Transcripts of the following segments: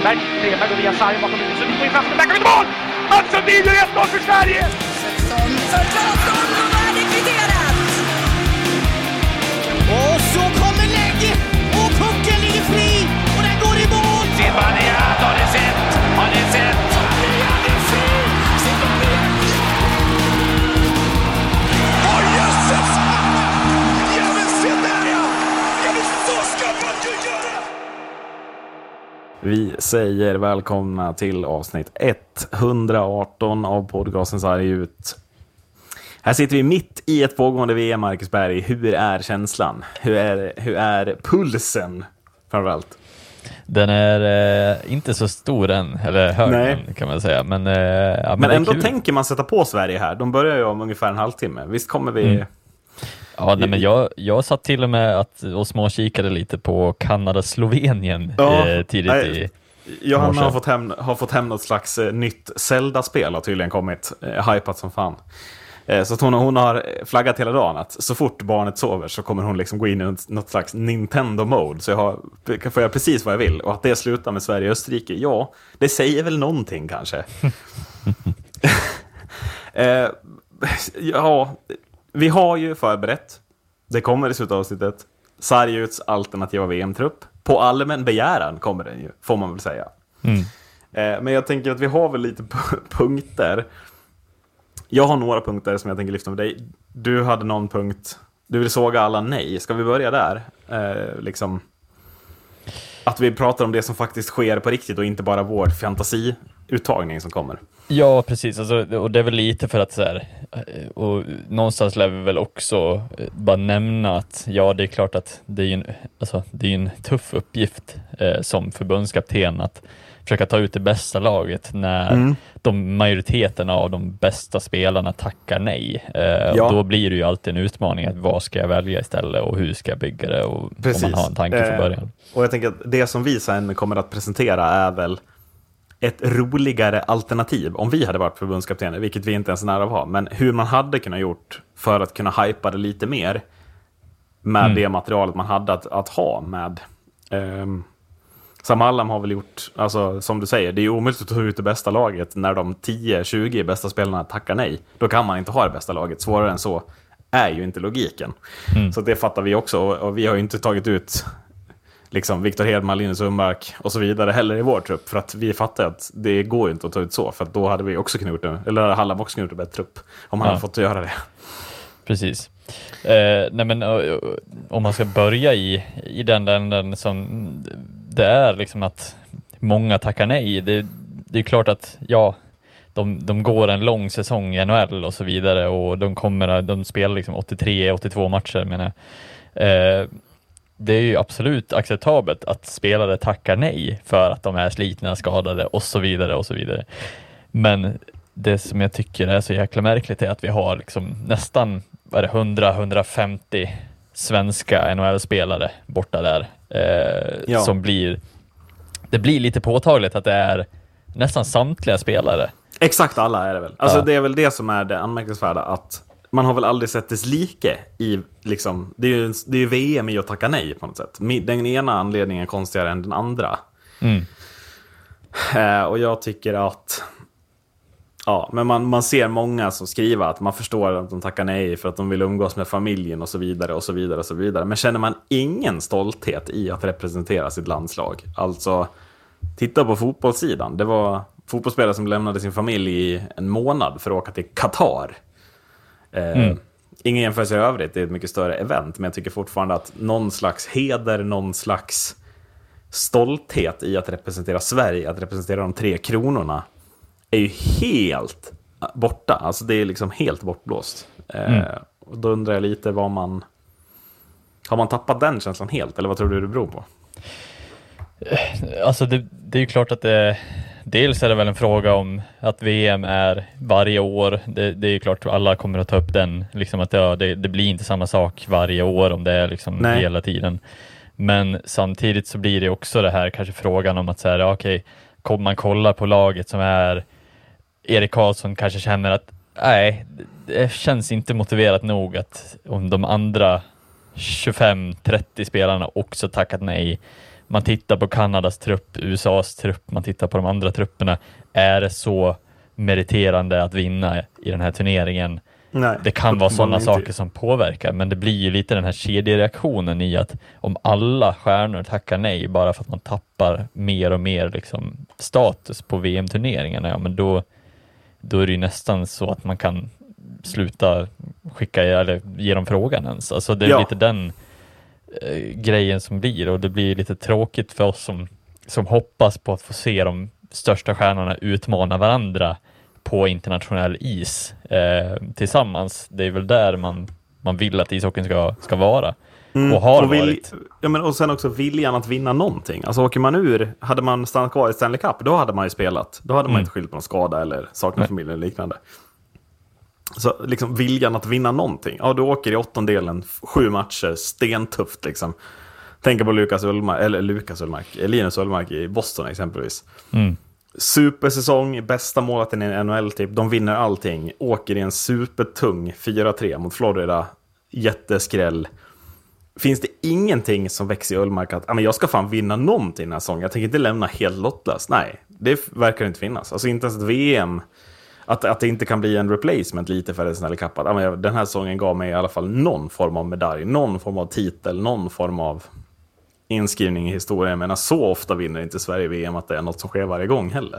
Forsberg. Freberg går via sargen bakom huvudet. Sundin får in framför. Där kan vi till mål! Mats Sundin gör 1-0 för Sverige! Svensson för Claesson och där är det kvitterat! Och så kommer läge och pucken ligger fri och den går i mål! Zibanejad, har ni sett? Har ni sett? Zibanejad är fri! Zibanejad! Åh, jösses! Ja, men se där ja! Ja, men så ska man ju göra! Vi säger välkomna till avsnitt 118 av podcasten Sarg ut. Här sitter vi mitt i ett pågående VM, Marcus Berg. Hur är känslan? Hur är pulsen framförallt? Den är inte så stor än, eller hög än, kan man säga. Men ändå tänker man sätta på Sverige här. De börjar ju om ungefär en halvtimme. Visst kommer vi... Ja, nej, men jag satt till och med och småkikade lite på Kanada-Slovenien tidigt i Johanna har fått hem något slags nytt Zelda-spel har tydligen kommit, hypat som fan. Så att hon har flaggat hela dagen att så fort barnet sover så kommer hon liksom gå in i något slags Nintendo-mode. Så får jag precis vad jag vill. Och att det slutar med Sverige och Österrike, ja, det säger väl någonting kanske. Ja, vi har ju förberett. Det kommer i slutet av avsnittet. Sarjuts alternativa VM-trupp. På allmän begäran kommer den ju, får man väl säga. Men jag tänker att vi har väl lite punkter. Jag har några punkter som jag tänker lyfta med dig. Du hade någon punkt. Du vill såga alla nej. Ska vi börja där? Liksom att vi pratar om det som faktiskt sker på riktigt och inte bara vår fantasiuttagning som kommer. Ja, precis. Alltså, och det är väl lite för att så här, och någonstans lär vi väl också bara nämna att ja, det är klart att det är en tuff uppgift som förbundskapten att försöka ta ut det bästa laget när majoriteten av de bästa spelarna tackar nej. Och då blir det ju alltid en utmaning att vad ska jag välja istället och hur ska jag bygga det och om man har en tanke från början. Och jag tänker att det som vi sen kommer att presentera är väl ett roligare alternativ om vi hade varit förbundskaptener, vilket vi inte ens är nära av ha. Men hur man hade kunnat gjort för att kunna hypa det lite mer med det materialet man hade att ha med... Sam Hallam har väl gjort, alltså som du säger, det är ju omöjligt att ta ut det bästa laget när de 10-20 bästa spelarna tackar nej. Då kan man inte ha det bästa laget. Svårare än så är ju inte logiken. Så det fattar vi också. Och vi har ju inte tagit ut liksom Victor Hedman, Linus Sundmark och så vidare heller i vår trupp. För att vi fattar att det går inte att ta ut så. För att då hade vi också kunnat gjort det. Eller Hallam också kunnat gjort en bättre trupp om han hade fått göra det. Precis. Nej men om man ska börja i den som det är liksom att många tackar nej. Det är klart att ja, de går en lång säsong i NHL och så vidare och de spelar liksom 83-82 matcher menar det är ju absolut acceptabelt att spelare tackar nej för att de är slitna, skadade och så vidare och så vidare. Men det som jag tycker är så jäkla märkligt är att vi har liksom nästan 100-150 svenska NHL-spelare borta där som det blir lite påtagligt att det är nästan samtliga spelare. Exakt alla är det väl. Alltså det är väl det som är det anmärkningsvärda, att man har väl aldrig sett dess like i liksom, det är ju VM i att tacka nej på något sätt. Den ena anledningen är konstigare än den andra. Och jag tycker att ja, men man ser många som skriver att man förstår att de tackar nej för att de vill umgås med familjen och så vidare och så vidare och så vidare. Men känner man ingen stolthet i att representera sitt landslag? Alltså, titta på fotbollssidan. Det var fotbollsspelare som lämnade sin familj i en månad för att åka till Qatar. Ingen jämförelse i övrigt, det är ett mycket större event. Men jag tycker fortfarande att någon slags heder, någon slags stolthet i att representera Sverige, att representera de 3 kronorna är ju helt borta. Alltså det är liksom helt bortblåst. Och då undrar jag lite har man tappat den känslan helt? Eller vad tror du det beror på? Alltså det är ju klart att dels är det väl en fråga om att VM är varje år. Det är ju klart att alla kommer att ta upp den. Liksom att det blir inte samma sak varje år om det är liksom hela tiden. Men samtidigt så blir det också det här kanske frågan om att säga okej, man kollar på laget som är Erik Karlsson kanske känner att nej, det känns inte motiverat nog att om de andra 25-30 spelarna också tackat nej man tittar på Kanadas trupp, USAs trupp, man tittar på de andra trupperna. Är det så meriterande att vinna i den här turneringen? Nej, det kan vara sådana inte. saker som påverkar, men det blir ju lite den här kedjereaktionen i att om alla stjärnor tackar nej bara för att man tappar mer och mer liksom status på VM-turneringarna, ja, men då är det ju nästan så att man kan sluta skicka eller ge dem frågan ens. Alltså det är lite den grejen som blir, och det blir lite tråkigt för oss som hoppas på att få se de största stjärnorna utmana varandra på internationell is tillsammans. Det är väl där man vill att ishockeyn ska vara. Och har varit. Och sen också viljan att vinna någonting. Alltså åker man ur, hade man stannat kvar i Stanley Cup, då hade man ju spelat. Då hade man inte skyllt på någon skada eller saknat familj eller liknande. Så liksom viljan att vinna någonting. Ja, du åker i 8:e, 7 matcher, stentufft liksom. Tänk på Linus Ullmark i Boston exempelvis. Supersäsong, bästa målet i en NHL-typ. De vinner allting. Åker i en supertung 4-3 mot Florida. Jätteskräll. Finns det ingenting som växer i Ullmark att jag ska fan vinna någonting den här säsongen? Jag tänker inte lämna helt lottlös. Nej, det verkar inte finnas. Alltså inte ens ett VM. Att det inte kan bli en replacement lite för en snäll kappa. Den här säsongen gav mig i alla fall någon form av medalj. Någon form av titel. Någon form av inskrivning i historien. Jag menar, så ofta vinner inte Sverige VM att det är något som sker varje gång heller.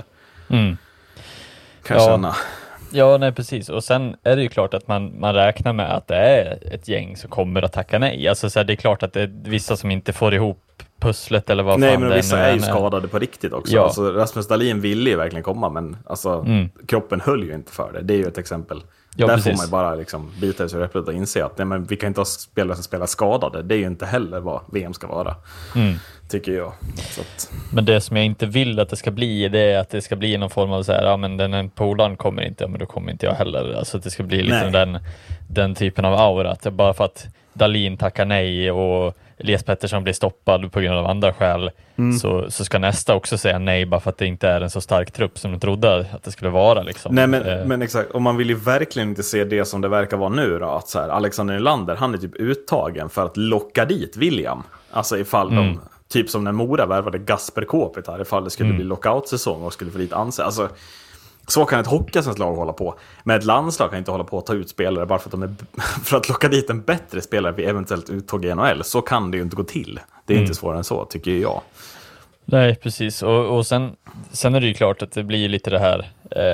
Kan känna. Ja, nej precis. Och sen är det ju klart att man räknar med att det är ett gäng som kommer att tacka nej. Alltså så här, det är klart att det är vissa som inte får ihop pusslet eller vad nej, fan men det vissa är ju skadade på riktigt också. Ja. Alltså, Rasmus Dahlin ville ju verkligen komma, men alltså, kroppen höll ju inte för det. Det är ju ett exempel. Ja, där precis. får man ju bara liksom bita sig och inse att nej, men vi kan inte ha spelare som spelar skadade. Det är ju inte heller vad VM ska vara, tycker jag. Så att... Men det som jag inte vill att det ska bli, det är att det ska bli någon form av så här, ja men den polaren kommer inte, men då kommer inte jag heller. Alltså att det ska bli lite den typen av aura, att bara för att Dahlin tackar nej och Elias Pettersson blir stoppad på grund av andra skäl, så ska nästa också säga nej bara för att det inte är en så stark trupp som de trodde att det skulle vara liksom. Nej, men exakt, och man vill ju verkligen inte se det som det verkar vara nu då, att så här, Alexander Nylander, han är typ uttagen för att locka dit William. Alltså ifall de, typ som när Mora värvade Gasper Kopitar, ifall det skulle bli lockout-säsong och skulle få dit anse. Alltså, så kan ett hockeysvenskt lag hålla på. Men ett landslag kan inte hålla på att ta ut spelare bara för att för att locka dit en bättre spelare vid eventuellt uttåg i NHL. Så kan det ju inte gå till. Det är inte svårare än så, tycker jag. Nej, precis. Och sen är det ju klart att det blir lite det här,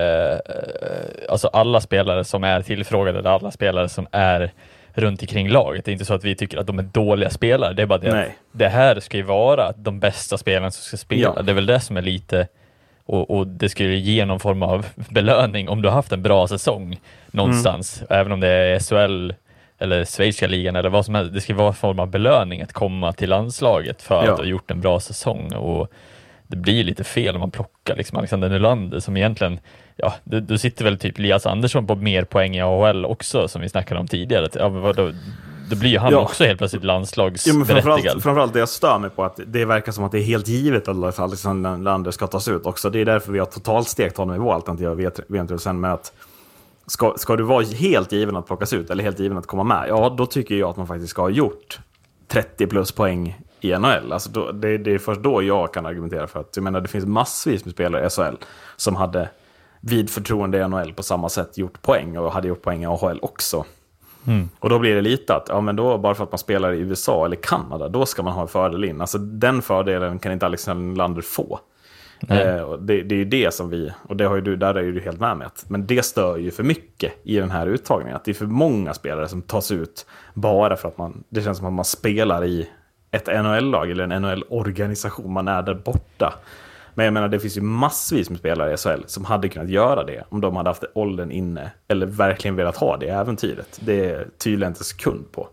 alltså alla spelare som är tillfrågade, eller alla spelare som är runt omkring laget. Det är inte så att vi tycker att de är dåliga spelare. Det är bara det att det här ska ju vara de bästa spelarna som ska spela. Ja. Det är väl det som är lite... Och det skulle ge någon form av belöning om du har haft en bra säsong någonstans. Även om det är SHL eller Schweiziska ligan eller vad som helst. Det ska vara en form av belöning att komma till landslaget för att ha gjort en bra säsong. Och det blir lite fel om man plockar liksom Alexander Nylander som egentligen... Ja, du sitter väl typ Elias Andersson på mer poäng i AHL också, som vi snackade om tidigare. Då blir ju han också helt plötsligt landslagsberättigad. Framförallt det jag stör mig på, att det verkar som att det är helt givet att Alexander Nylander ska tas ut också. Det är därför vi har totalstekt honom i vår alternativ. Jag vet inte sen med att ska du vara helt given att plockas ut eller helt given att komma med, ja då tycker jag att man faktiskt ska ha gjort 30 plus poäng i NHL. Alltså det är först då jag kan argumentera för att, jag menar, det finns massvis med spelare i SHL som hade vid förtroende i NHL på samma sätt gjort poäng och hade gjort poäng i AHL också. Och då blir det lite att, ja men då bara för att man spelar i USA eller Kanada, då ska man ha en fördel in. Alltså den fördelen kan inte Alexander Nylander få. Det är ju det som vi, och det har ju du, där är ju du helt med mig, men det stör ju för mycket i den här uttagningen, att det är för många spelare som tas ut bara för att det känns som att man spelar i ett NHL-lag eller en NHL-organisation, man är där borta. Men jag menar, det finns ju massvis med spelare i SHL som hade kunnat göra det om de hade haft åldern inne eller verkligen velat ha det äventyret. Det är tydligen inte sekund på.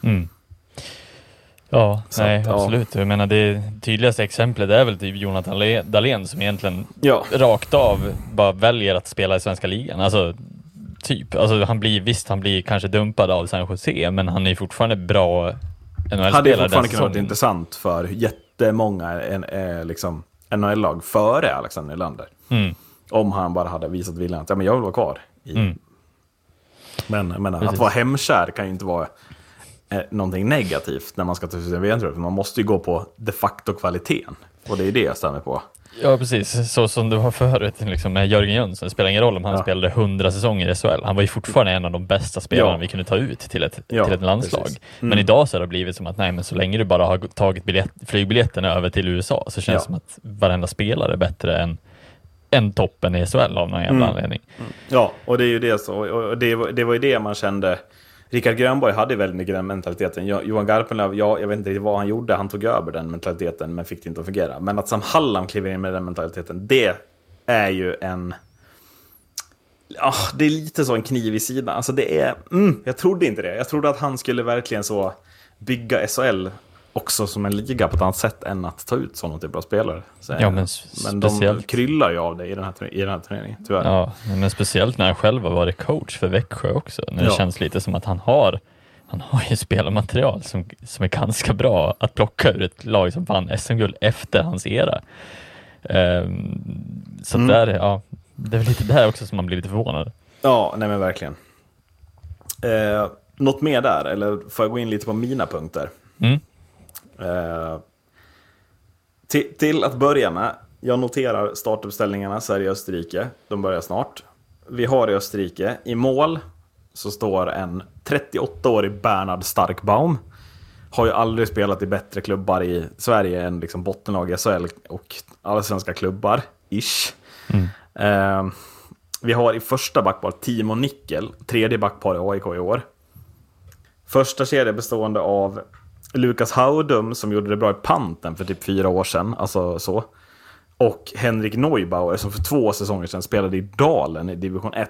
Ja, så nej, absolut. Jag menar, det tydligaste exemplet är väl typ Jonathan Dahlén som egentligen rakt av bara väljer att spela i svenska ligan. Alltså, han blir kanske dumpad av San Jose, men han är ju fortfarande bra NHL-spelare. Hade ju fortfarande kunnat vara intressant för jättemånga liksom NHL-lag före Alexander Nylander. Om han bara hade visat viljan att jag vill vara kvar i. Men att vara hemkär kan ju inte vara någonting negativt när man ska ta sig en VM-trofé. För man måste ju gå på de facto kvaliteten. Och det är det jag stämmer på. Ja, precis. Så som du var förut liksom, med Jörgen Jönsson. Det spelar ingen roll om han spelade 100 säsonger i SHL. Han var ju fortfarande en av de bästa spelarna vi kunde ta ut till ett landslag. Men idag så har det blivit som att nej, men så länge du bara har tagit flygbiljetterna över till USA så känns det som att varenda spelare är bättre än toppen i SHL av någon jävla anledning. Ja, och det är ju det så. Och det var ju det man kände. Rickard Grönborg hade väldigt mycket den mentaliteten. Johan Garpenlöv, jag vet inte riktigt vad han gjorde. Han tog över den mentaliteten men fick det inte att fungera. Men att Sam Hallam kliver in med den mentaliteten, det är ju det är lite så en kniv i sidan. Alltså det är, jag trodde inte det. Jag trodde att han skulle verkligen så bygga SHL också som en liga på ett annat sätt än att ta ut sådana typer av spelare. Men de kryllar ju av det i den här turneringen, tyvärr. Ja, men speciellt när han själv har varit coach för Växjö också. När det känns lite som att han har ju spelarmaterial som är ganska bra att plocka ur ett lag som vann SM-guld efter hans era. Så där, det är väl lite där också som man blir lite förvånad. Ja, nej men verkligen. Något mer där? Eller får jag gå in lite på mina punkter? Till att börja med, jag noterar startuppställningarna Sverige-Österrike. De börjar snart. Vi har i Österrike i mål så står en 38-årig Bernhard Starkbaum. Har ju aldrig spelat i bättre klubbar i Sverige än liksom bottenlag i SHL och alla svenska klubbar ish. Vi har i första backpar Timo Nickel, tredje backpar i AIK i år. Första kedja bestående av Lukas Haudum som gjorde det bra i Panten för typ 4 år sedan, alltså så. Och Henrik Neubauer som för 2 säsonger sedan spelade i Dalen i division 1.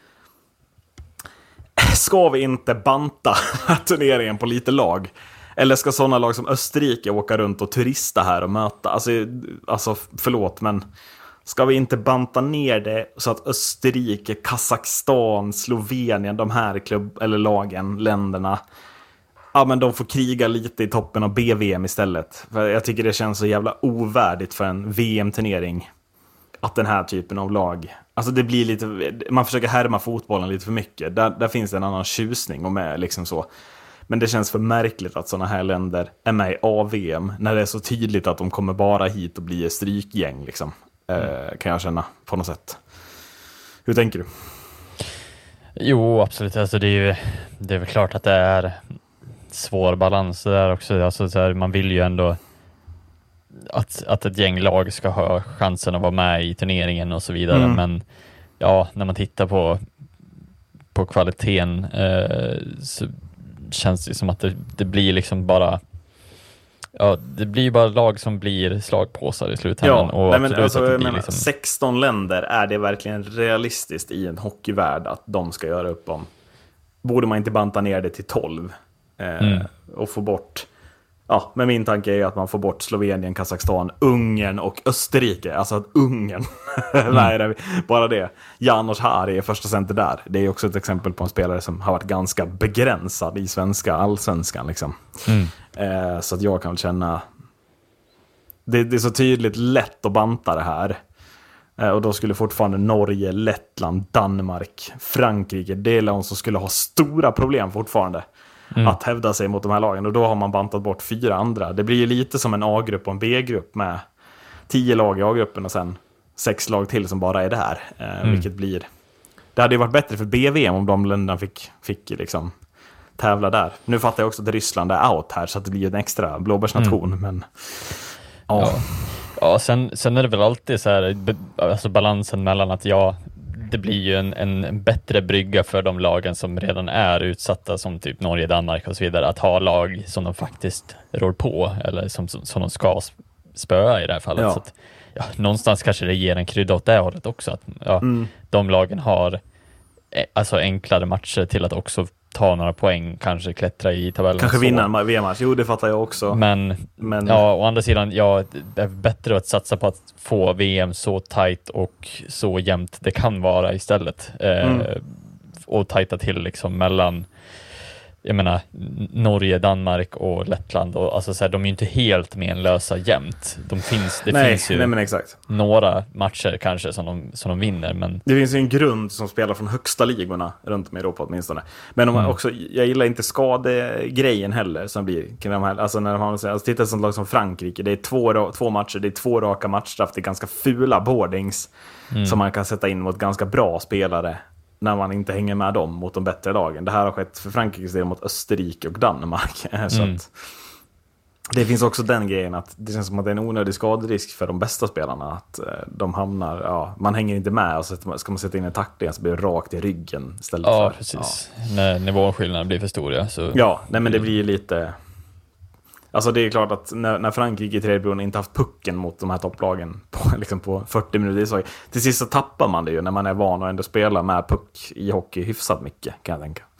Ska vi inte banta turneringen på lite lag? Eller ska sådana lag som Österrike åka runt och turista här och möta? Alltså förlåt, men ska vi inte banta ner det så att Österrike, Kazakstan, Slovenien, de här länderna, men de får kriga lite i toppen av BVM istället. För jag tycker det känns så jävla ovärdigt för en VM-turnering att den här typen av lag, alltså det blir lite, man försöker härma fotbollen lite för mycket. Där finns det en annan tjusning och med liksom så. Men det känns för märkligt att sådana här länder är med i AVM när det är så tydligt att de kommer bara hit och bli strykgäng liksom. Kan jag känna på något sätt. Hur tänker du? Jo, absolut. Alltså det är väl klart att det är svår balans där också. Alltså så här, man vill ju ändå att ett gäng lag ska ha chansen att vara med i turneringen och så vidare. Men ja, när man tittar på kvaliteten så känns det som att det blir liksom bara det blir bara lag som blir slagpåsar i slutändan. Ja, men alltså, liksom 16 länder, är det verkligen realistiskt i en hockeyvärld att de ska göra upp om? Borde man inte banta ner det till 12 och få bort, men min tanke är att man får bort Slovenien, Kazakstan, Ungern och Österrike. Alltså att Ungern, nej, bara det. János Hari är första center där. Det är också ett exempel på en spelare som har varit ganska begränsad i svenska allsvenskan liksom. Så att jag kan känna det är så tydligt lätt att banta det här. Och då skulle fortfarande Norge, Lettland, Danmark, Frankrike, det är de som skulle ha stora problem fortfarande att hävda sig mot de här lagen. Och då har man bantat bort 4 andra. Det blir ju lite som en A-grupp och en B-grupp med 10 lag i A-gruppen och sen 6 lag till som bara är där. Vilket blir... Det hade ju varit bättre för BVM om de länderna fick liksom tävla där. Nu fattar jag också att Ryssland är out här så att det blir en extra blåbärsnation. Men ja, sen är det väl alltid så här, alltså balansen mellan att det blir ju en bättre brygga för de lagen som redan är utsatta som typ Norge, Danmark och så vidare, att ha lag som de faktiskt rår på eller som de ska spöa i det här fallet. Ja. Så att, någonstans kanske det ger en krydda åt det hållet också, att de lagen har alltså enklare matcher till att också ta några poäng, kanske klättra i tabellen. Kanske vinna en VM-match. Jo, det fattar jag också. Men å andra sidan, det är bättre att satsa på att få VM så tajt och så jämnt det kan vara istället. Och tajta till liksom mellan jag menar, Norge, Danmark och Lettland, och alltså så här, de är ju inte helt menlösa jämt. Det finns ju men exakt. några matcher kanske som de vinner, men det finns ju en grund som spelar från högsta ligorna runt om i Europa åtminstone. Men också, jag gillar inte skadegrejen heller som blir kring de här, alltså när de har, alltså titta ett sånt lag som Frankrike, det är två matcher, det är 2 raka matchstraff, det är ganska fula boardings som man kan sätta in mot ganska bra spelare när man inte hänger med dem mot de bättre lagen. Det här har skett för Frankrikes del mot Österrike och Danmark. Så att det finns också den grejen att det känns som att det är en onödig skaderisk för de bästa spelarna, att de hamnar, man hänger inte med, och så ska man sätta in en tackling så blir det rakt i ryggen istället för. Ja, precis. När nivåskillnaden blir för stora. Så... Ja, nej, men det blir lite... Alltså det är klart att när Frankrike i tredje perioden inte haft pucken mot de här topplagen på 40 minuter, så till sist så tappar man det ju när man är van att ändå spela med puck i hockey hyfsat mycket, kan jag tänka.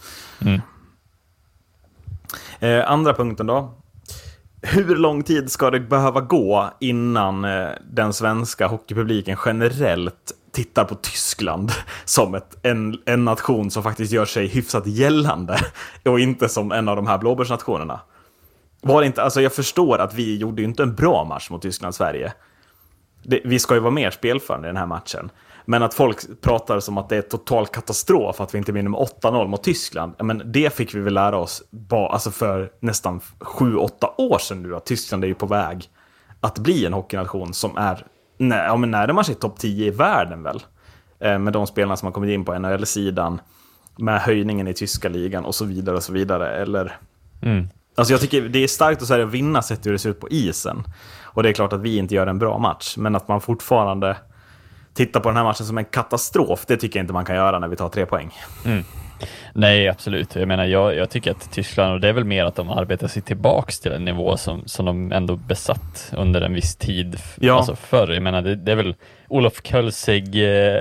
Andra punkten då. Hur lång tid ska det behöva gå innan den svenska hockeypubliken generellt tittar på Tyskland som en nation som faktiskt gör sig hyfsat gällande och inte som en av de här blåbärsnationerna? Var det inte, alltså jag förstår att vi gjorde ju inte en bra match mot Tyskland-Sverige. Vi ska ju vara mer spelförande i den här matchen. Men att folk pratar som att det är total katastrof att vi inte vinner med 8-0 mot Tyskland. Men det fick vi väl lära oss alltså för nästan 7-8 år sedan nu, att Tyskland är ju på väg att bli en hockeynation som är när man ser topp 10 i världen väl. Med de spelarna som har kommit in på NHL-sidan, med höjningen i tyska ligan och så vidare och så vidare. Eller... Alltså jag tycker det är starkt att säga att vinna sett hur det ser ut på isen. Och det är klart att vi inte gör en bra match, men att man fortfarande tittar på den här matchen som en katastrof, det tycker jag inte man kan göra när vi tar 3 poäng. Nej, absolut. Jag menar, jag tycker att Tyskland, och det är väl mer att de arbetar sig tillbaks till en nivå som de ändå besatt under en viss tid. Alltså förr. Jag menar, det är väl Olof Kölsig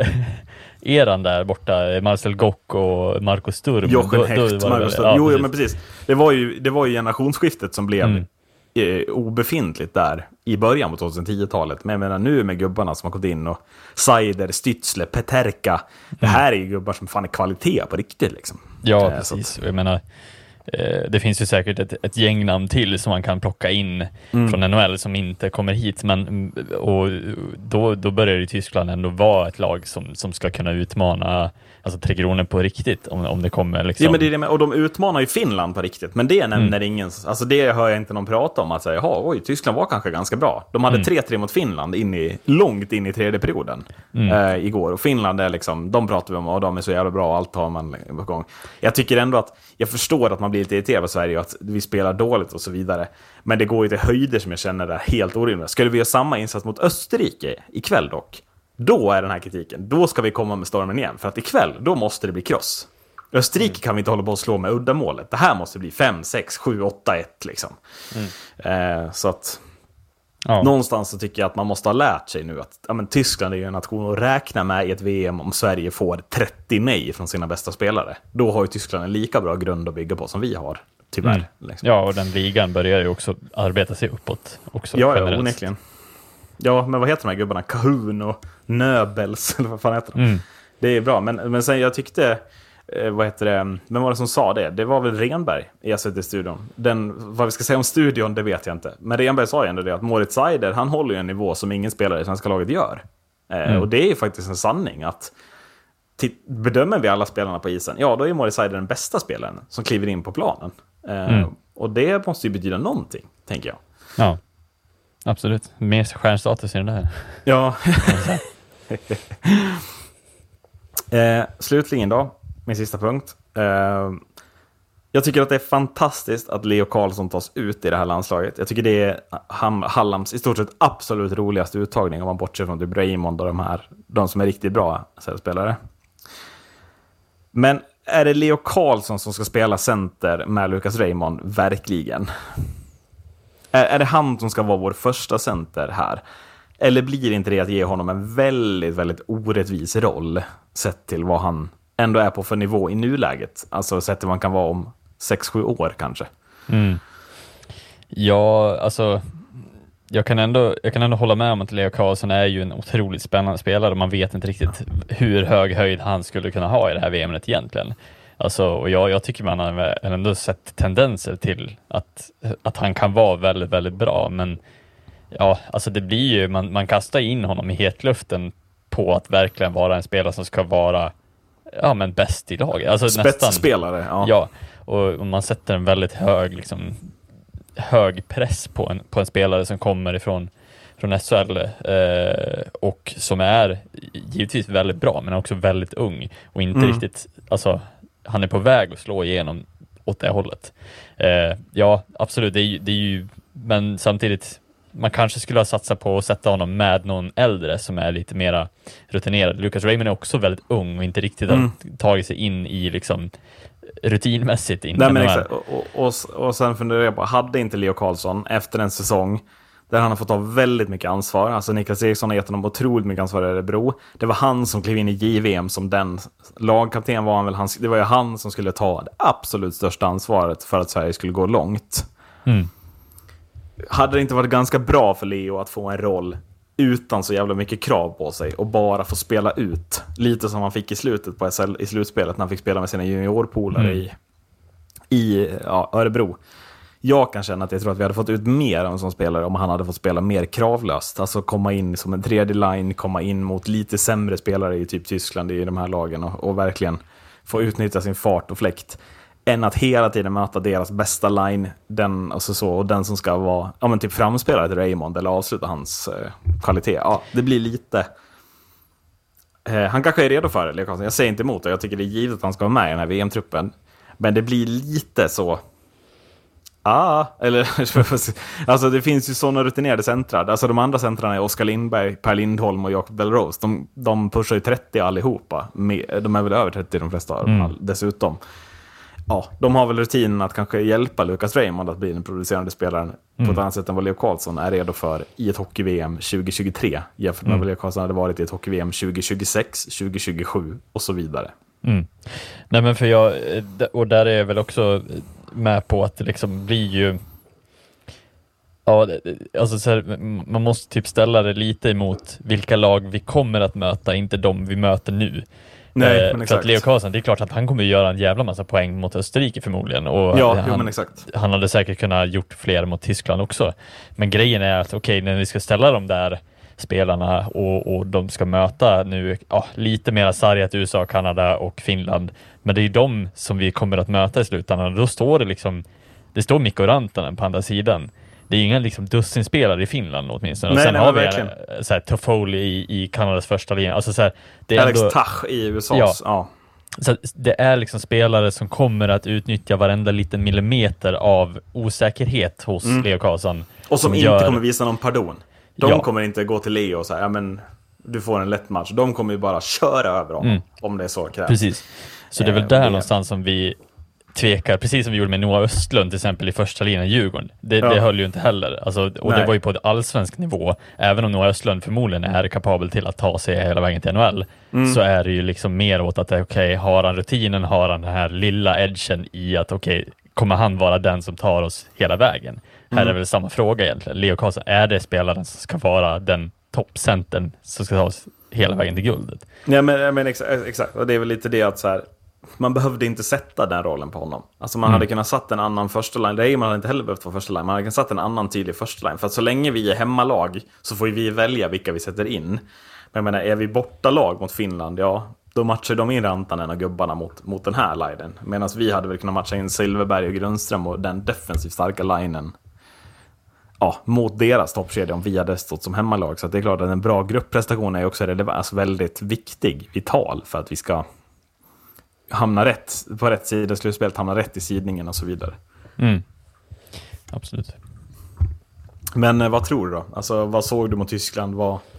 eran där borta, Marcel Gock och Marco Sturm. Jochen Hecht, Marco Sturm. Jo, men precis. Det var ju generationsskiftet som blev obefintligt där i början på 2010-talet. Men jag menar nu med gubbarna som har gått in, och Seider, Stützle, Peterka. Det här är ju gubbar som fan är kvalitet på riktigt liksom. Ja, precis. Jag menar, det finns ju säkert ett gängnamn till som man kan plocka in från NHL som inte kommer hit, men och då börjar ju Tyskland ändå vara ett lag som ska kunna utmana alltså Tre Kronor på riktigt om det kommer liksom. Ja, men det är det med, och de utmanar ju Finland på riktigt, men det nämner ingen, alltså det hör jag inte någon prata om, att säga, oj, Tyskland var kanske ganska bra. De hade 3-3 mot Finland långt in i tredje perioden igår, och Finland är liksom, de pratar vi om, och de är så jävla bra och allt har man på gång. Jag tycker ändå att jag förstår att man blir lite irriterad på Sverige och att vi spelar dåligt och så vidare, men det går ju till höjder som jag känner är helt orimligt. Skulle vi göra samma insats mot Österrike ikväll dock, då är den här kritiken, då ska vi komma med stormen igen, för att ikväll, då måste det bli kross. Österrike kan vi inte hålla på att slå med uddamålet. Det här måste bli 5, 6, 7, 8, 1 liksom. Så att någonstans så tycker jag att man måste ha lärt sig nu att Tyskland är ju en nation att räkna med i ett VM om Sverige får 30 nej från sina bästa spelare. Då har ju Tyskland en lika bra grund att bygga på som vi har, tyvärr. Liksom. Ja, och den ligan börjar ju också arbeta sig uppåt också. Ja, onekligen. Ja, men vad heter de här gubbarna? Kahun och Nöbels, eller vad fan heter de? Det är bra, men sen jag tyckte, vad heter det, vem var det som sa det? Det var väl Renberg i SVT-studion. Vad vi ska säga om studion, det vet jag inte. Men Renberg sa ju ändå det, att Moritz Seider, han håller ju en nivå som ingen spelare i svenska laget gör. Och det är ju faktiskt en sanning att bedömer vi alla spelarna på isen, ja, då är Moritz Seider den bästa spelaren som kliver in på planen. Och det måste ju betyda någonting, tänker jag. Ja. Absolut, mer stjärnstatus i den där. Ja. Slutligen då, min sista punkt. Jag tycker att det är fantastiskt att Leo Karlsson tas ut i det här landslaget. Jag tycker det är Hallams i stort sett absolut roligaste uttagning, om man bortser från typ Raymond och de som är riktigt bra spelare. Men är det Leo Karlsson som ska spela center med Lucas Raymond? Verkligen. Är det han som ska vara vår första center här? Eller blir inte det att ge honom en väldigt, väldigt orättvis roll sett till vad han ändå är på för nivå i nuläget? Alltså sett till vad han kan vara om 6-7 år kanske. Ja, alltså jag kan ändå hålla med om att Leo Karlsson är ju en otroligt spännande spelare, och man vet inte riktigt hur hög höjd han skulle kunna ha i det här VM:et egentligen. Alltså, och jag tycker man har ändå sett tendenser till att han kan vara väldigt, väldigt bra, men ja, alltså det blir ju, man kastar in honom i hetluften på att verkligen vara en spelare som ska vara men bäst i laget. Alltså spetsspelare, ja, och man sätter en väldigt hög press på en spelare som kommer från SHL och som är givetvis väldigt bra, men också väldigt ung och inte riktigt, alltså han är på väg att slå igenom åt det hållet. Ja, absolut, det är ju, men samtidigt man kanske skulle ha satsat på att sätta honom med någon äldre som är lite mera rutinerad. Lucas Raymond är också väldigt ung och inte riktigt har tagit sig in i liksom rutinmässigt. Nej, men exakt. Och sen funderar jag på, hade inte Leo Carlsson efter en säsong där han har fått ta väldigt mycket ansvar, alltså Niklas Eriksson har gett honom otroligt mycket ansvar i Örebro, det var han som klev in i JVM som den lagkapten var han väl, det var ju han som skulle ta det absolut största ansvaret för att Sverige skulle gå långt. Hade det inte varit ganska bra för Leo att få en roll utan så jävla mycket krav på sig och bara få spela ut lite som han fick i slutet på SL, i slutspelet när han fick spela med sina juniorpolare i Örebro. Jag kan känna att jag tror att vi hade fått ut mer av en sån spelare om han hade fått spela mer kravlöst. Alltså komma in som en tredje line, komma in mot lite sämre spelare i typ Tyskland i de här lagen och verkligen få utnyttja sin fart och fläkt. Än att hela tiden möta deras bästa line, och den som ska vara typ framspelare till Raymond eller avsluta hans kvalitet. Ja, det blir lite... han kanske är redo för det, jag säger inte emot det. Jag tycker det är givet att han ska vara med i den här VM-truppen. Men det blir lite så... alltså det finns ju sådana rutinerade centrar. Alltså de andra centrarna är Oskar Lindberg, Per Lindholm och Jakob Belrose. De pushar ju 30 allihopa. De är väl över 30 de flesta av dem dessutom. Ja, de har väl rutinen att kanske hjälpa Lucas Raymond att bli den producerande spelaren på ett annat sätt än vad Leo Carlsson är redo för i ett hockey-VM 2023 jämfört med vad Leo Carlsson hade varit i ett hockey-VM 2026, 2027 och så vidare. Nej, men för och där är jag väl också med på att det liksom blir ju alltså så här, man måste typ ställa det lite emot vilka lag vi kommer att möta, inte de vi möter nu. Nej, men för att Leo Carlsson, det är klart att han kommer att göra en jävla massa poäng mot Österrike förmodligen, och han hade säkert kunnat gjort fler mot Tyskland också, men grejen är att när vi ska ställa de där spelarna och de ska möta nu lite mer sargat USA, Kanada och Finland, men det är ju de som vi kommer att möta i slutändan. Då står det står Mikko Rantanen på andra sidan. Det är inga liksom dussinspelare i Finland åtminstone. Och sen har vi så här Toffoli i Kanadas första linje. Alltså så här, det är Alex ändå, Tach i USAs. Så det är liksom spelare som kommer att utnyttja varenda liten millimeter av osäkerhet hos Leo Carlsson. Och som inte kommer visa någon pardon. De kommer inte gå till Leo och säga, men du får en lätt match. De kommer ju bara köra över honom om det är så krävs. Precis. Så det är väl där någonstans som vi tvekar, precis som vi gjorde med Noah Östlund till exempel i första linjen i Djurgården. Det höll ju inte heller. Alltså, och det var ju på ett allsvensk nivå. Även om Noah Östlund förmodligen är kapabel till att ta sig hela vägen till NHL, så är det ju liksom mer åt att har han rutinen, har han den här lilla edgen i att kommer han vara den som tar oss hela vägen? Här är väl samma fråga egentligen. Leo Carlsson, är det spelaren som ska vara den toppcentern som ska ta oss hela vägen till guldet? Ja, men exakt. Och det är väl lite det att så här, man behövde inte sätta den rollen på honom. Alltså man hade kunnat satt en annan första line. Man hade inte heller behövt vara första line. Man hade kunnat satt en annan tydlig första line. För att så länge vi är hemmalag så får vi välja vilka vi sätter in. Men jag menar, är vi bortalag mot Finland, då matchar de in Rantanen och gubbarna mot den här linen. Medan vi hade väl kunnat matcha in Silverberg och Grundström och den defensivt starka linen mot deras toppkedja om vi hade stått som hemmalag. Så att det är klart att en bra gruppprestation är också väldigt viktig, vital för att vi ska hamna rätt på rätt sida slutspelet, hamna rätt i sidningen och så vidare. Absolut. Men vad tror du då? Alltså, vad såg du mot Tyskland?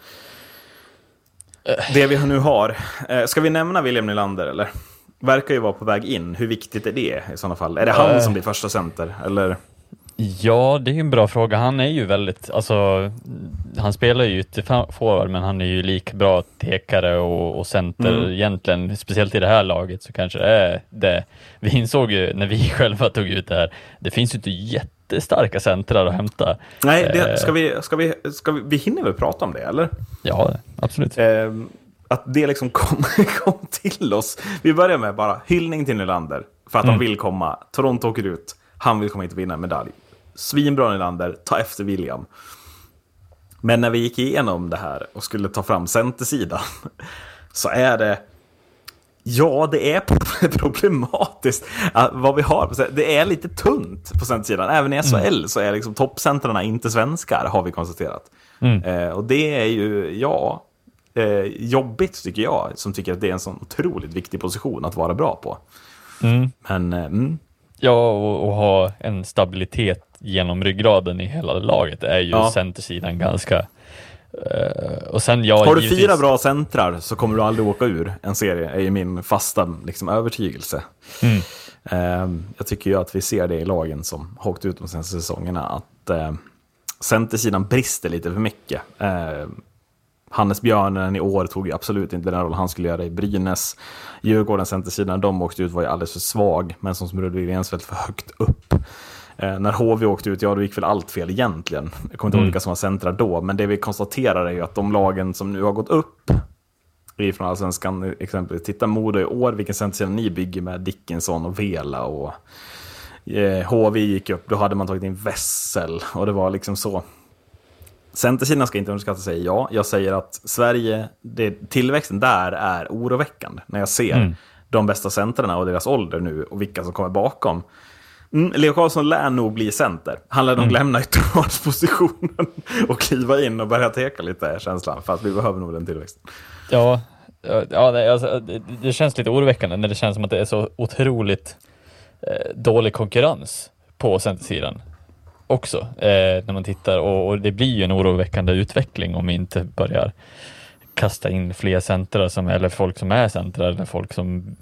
Det vi nu har. Ska vi nämna William Nylander eller? Verkar ju vara på väg in. Hur viktigt är det i sådana fall? Är det han som blir första center eller? Ja, det är en bra fråga. Han är ju väldigt, han spelar ju forward, men han är ju lika bra tekare och center egentligen, speciellt i det här laget så kanske det är det. Vi insåg ju när vi själva tog ut det här, det finns ju inte jättestarka centrar att hämta. Nej, ska vi hinner väl prata om det, eller? Ja, absolut. att det liksom kom till oss. Vi börjar med bara hyllning till Nylander för att han vill komma. Toronto åker ut. Han vill komma hit och vinna en medalj. Svinbra Nylander, ta efter William. Men när vi gick igenom det här och skulle ta fram centersidan så är det... Ja, det är problematiskt vad vi har. Det är lite tunt på centersidan. Även i SHL så är liksom toppcentrarna inte svenskar, har vi konstaterat. Och det är ju, jobbigt tycker jag, som tycker att det är en sån otroligt viktig position att vara bra på. Men... Ja, och ha en stabilitet genom ryggraden i hela laget är ju centersidan ganska... och sen har du 4 bra centrar så kommer du aldrig åka ur en serie, är ju min fasta liksom, övertygelse. Jag tycker ju att vi ser det i lagen som har åkt ut de senaste säsongerna, att centersidan brister lite för mycket. Hannes Björnen i år tog ju absolut inte den roll han skulle göra i Brynäs. Djurgårdens centersidan, de åkte ut, var ju alldeles för svag, men som Ludvig Rensfeldt för högt upp. När HV åkte ut, då gick väl allt fel egentligen. Jag kommer inte ihåg vilka som var centrar då, men det vi konstaterar är ju att de lagen som nu har gått upp från Allsvenskan, exempelvis, titta Modo i år, vilken centersida ni bygger med Dickinson och Vela, och HV gick upp, då hade man tagit in Wessel, och det var liksom så. Centersidan ska inte underskatta sig, jag säger att Sverige, tillväxten där är oroväckande när jag ser de bästa centrarna och deras ålder nu och vilka som kommer bakom. Leo Karlsson lär nog bli center. Han lär nog lämna ytterhållspositionen och kliva in och börja teka lite, känslan, för att vi behöver nog den tillväxten. Ja, det känns lite oroväckande när det känns som att det är så otroligt dålig konkurrens på centersidan också, när man tittar, och det blir ju en oroväckande utveckling om vi inte börjar kasta in fler centrar eller folk som är centrar, eller folk som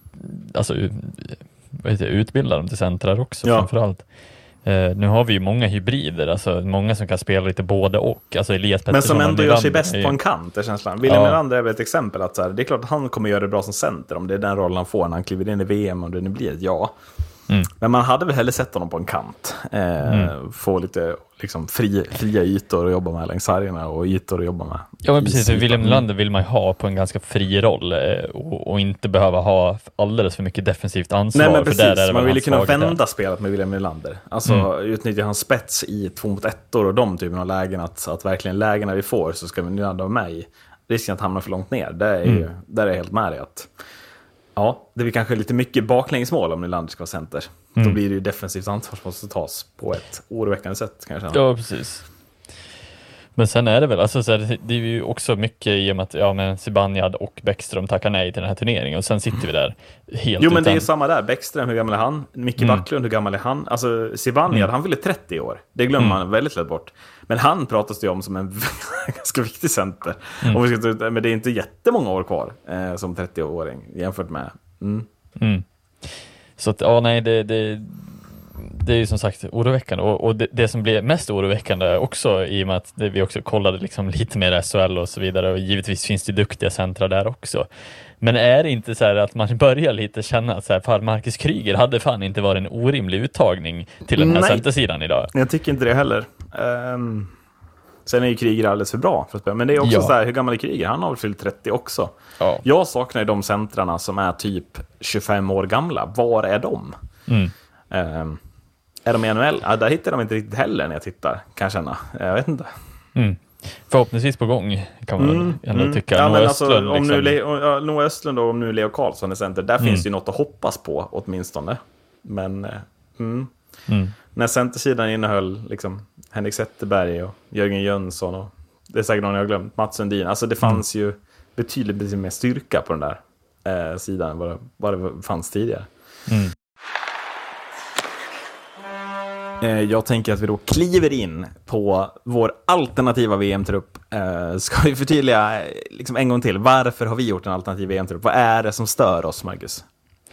utbildar dem till centrar också, framförallt. Nu har vi ju många hybrider, alltså många som kan spela lite både och, alltså Elias Pettersson, men som ändå gör sig bäst på en kant, det känslan. William Nylander är väl ett exempel, att så här, det är klart att han kommer göra det bra som center om det är den rollen han får när han kliver in i VM, om det nu blir men man hade väl hellre sett honom på en kant, få lite liksom fria ytor att jobba med längs sargerna och ytor att jobba med. Ja, men precis, William Nylander vill man ju ha på en ganska fri roll, och inte behöva ha alldeles för mycket defensivt ansvar. Nej, men precis, för där är man vill ju kunna vända där. spelet med William Nylander, alltså utnyttja hans spets i 2-mot-1 och de typen av lägen, att verkligen lägena vi får så ska vi Nylander vara med i. Risken att hamna för långt ner, det är ju, där är jag helt med dig att det blir kanske lite mycket baklängsmål om Nylander ska vara center. Då blir det ju defensivt ansvar som måste tas på ett oroväckande sätt, kanske. Ja, precis. Men sen är det väl, alltså, så här, det är ju också mycket i och med att Zibanejad och Bäckström tackar nej till den här turneringen, och sen sitter vi där helt Jo, men det är ju samma där. Bäckström, hur gammal är han? Micke Backlund, hur gammal är han? Alltså, Zibanejad, han fyller 30 år. Det glömmer man väldigt lätt bort. Men han pratas det ju om som en ganska viktig center. Om vi ska men det är inte jättemånga år kvar som 30-åring jämfört med. Så att, det är ju som sagt oroväckande, och det som blir mest oroväckande också, i och med att vi också kollade liksom lite mer SHL och så vidare, och givetvis finns det duktiga centra där också, men är det inte så här att man börjar lite känna att så här, Marcus Kryger hade fan inte varit en orimlig uttagning till den här centersidan idag? Jag tycker inte det heller. Sen är ju Kryger alldeles för bra för att spela, men det är också så här, hur gammal är Kryger? Han har väl fyllt 30 också. Jag saknar ju de centrarna som är typ 25 år gamla. Var är de? Är de i NHL? Där hittar de inte riktigt heller när jag tittar, kan jag känna. Jag vet inte. Förhoppningsvis på gång, kan man ändå tycka. Ja, men Östlund, alltså, om Noah Östlund och om nu Leo Karlsson är center, där finns det ju något att hoppas på åtminstone. Men när centersidan innehöll liksom Henrik Zetterberg och Jörgen Jönsson, och det är säkert någon jag har glömt, Mats Sundin, alltså det fanns ju betydligt mer styrka på den där sidan än vad det fanns tidigare. Jag tänker att vi då kliver in på vår alternativa VM-trupp. Ska vi förtydliga liksom en gång till, varför har vi gjort en alternativ VM-trupp? Vad är det som stör oss, Marcus?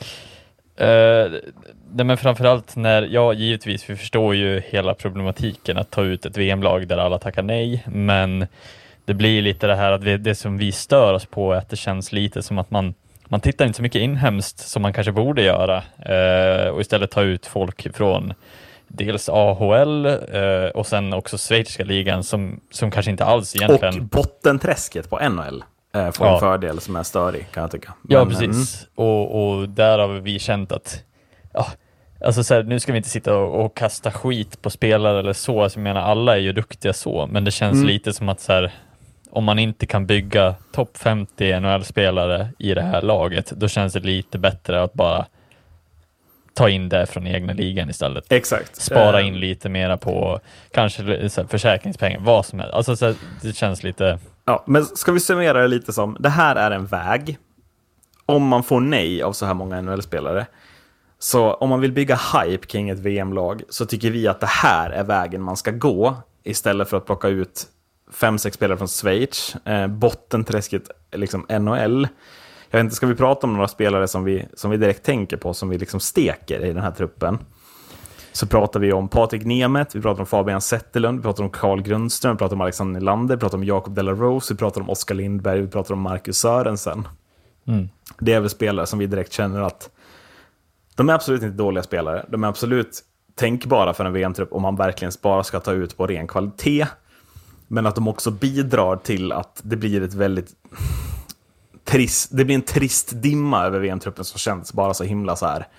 Men framförallt givetvis, vi förstår ju hela problematiken att ta ut ett VM-lag där alla tackar nej, men det blir lite det här att det som vi stör oss på är att det känns lite som att man tittar inte så mycket inhemskt som man kanske borde göra, och istället ta ut folk från dels AHL och sen också schweiziska ligan som kanske inte alls egentligen... Och bottenträsket på NHL. får en fördel som är störig, kan jag tycka. Ja, precis. Och där har vi känt att alltså så här, nu ska vi inte sitta och kasta skit på spelare eller så. Alltså, jag menar, alla är ju duktiga så, men det känns lite som att så här, om man inte kan bygga topp 50 NHL-spelare i det här laget, då känns det lite bättre att bara ta in det från egna ligan istället. Exakt. Spara in lite mera på kanske så här, försäkringspengar, vad som helst. Alltså så här, det känns lite... Ja, men ska vi summera det lite som, det här är en väg. Om man får nej av så här många NHL-spelare, så om man vill bygga hype kring ett VM-lag, så tycker vi att det här är vägen man ska gå, istället för att plocka ut 5-6 spelare från Schweiz, bottenträsket liksom NHL. Jag vet inte, ska vi prata om några spelare som vi direkt tänker på, som vi liksom steker i den här truppen, så pratar vi om Patrik Nemeth, vi pratar om Fabian Zetterlund, vi pratar om Carl Grundström, vi pratar om Alexander Nylander, vi pratar om Jacob de la Rose, vi pratar om Oskar Lindberg, vi pratar om Marcus Sörensen. Det är väl spelare som vi direkt känner att de är absolut inte dåliga spelare, de är absolut tänkbara för en VM-trupp om man verkligen bara ska ta ut på ren kvalitet, men att de också bidrar till att det blir ett väldigt det blir en trist dimma över VM-truppen som känns bara så himla så här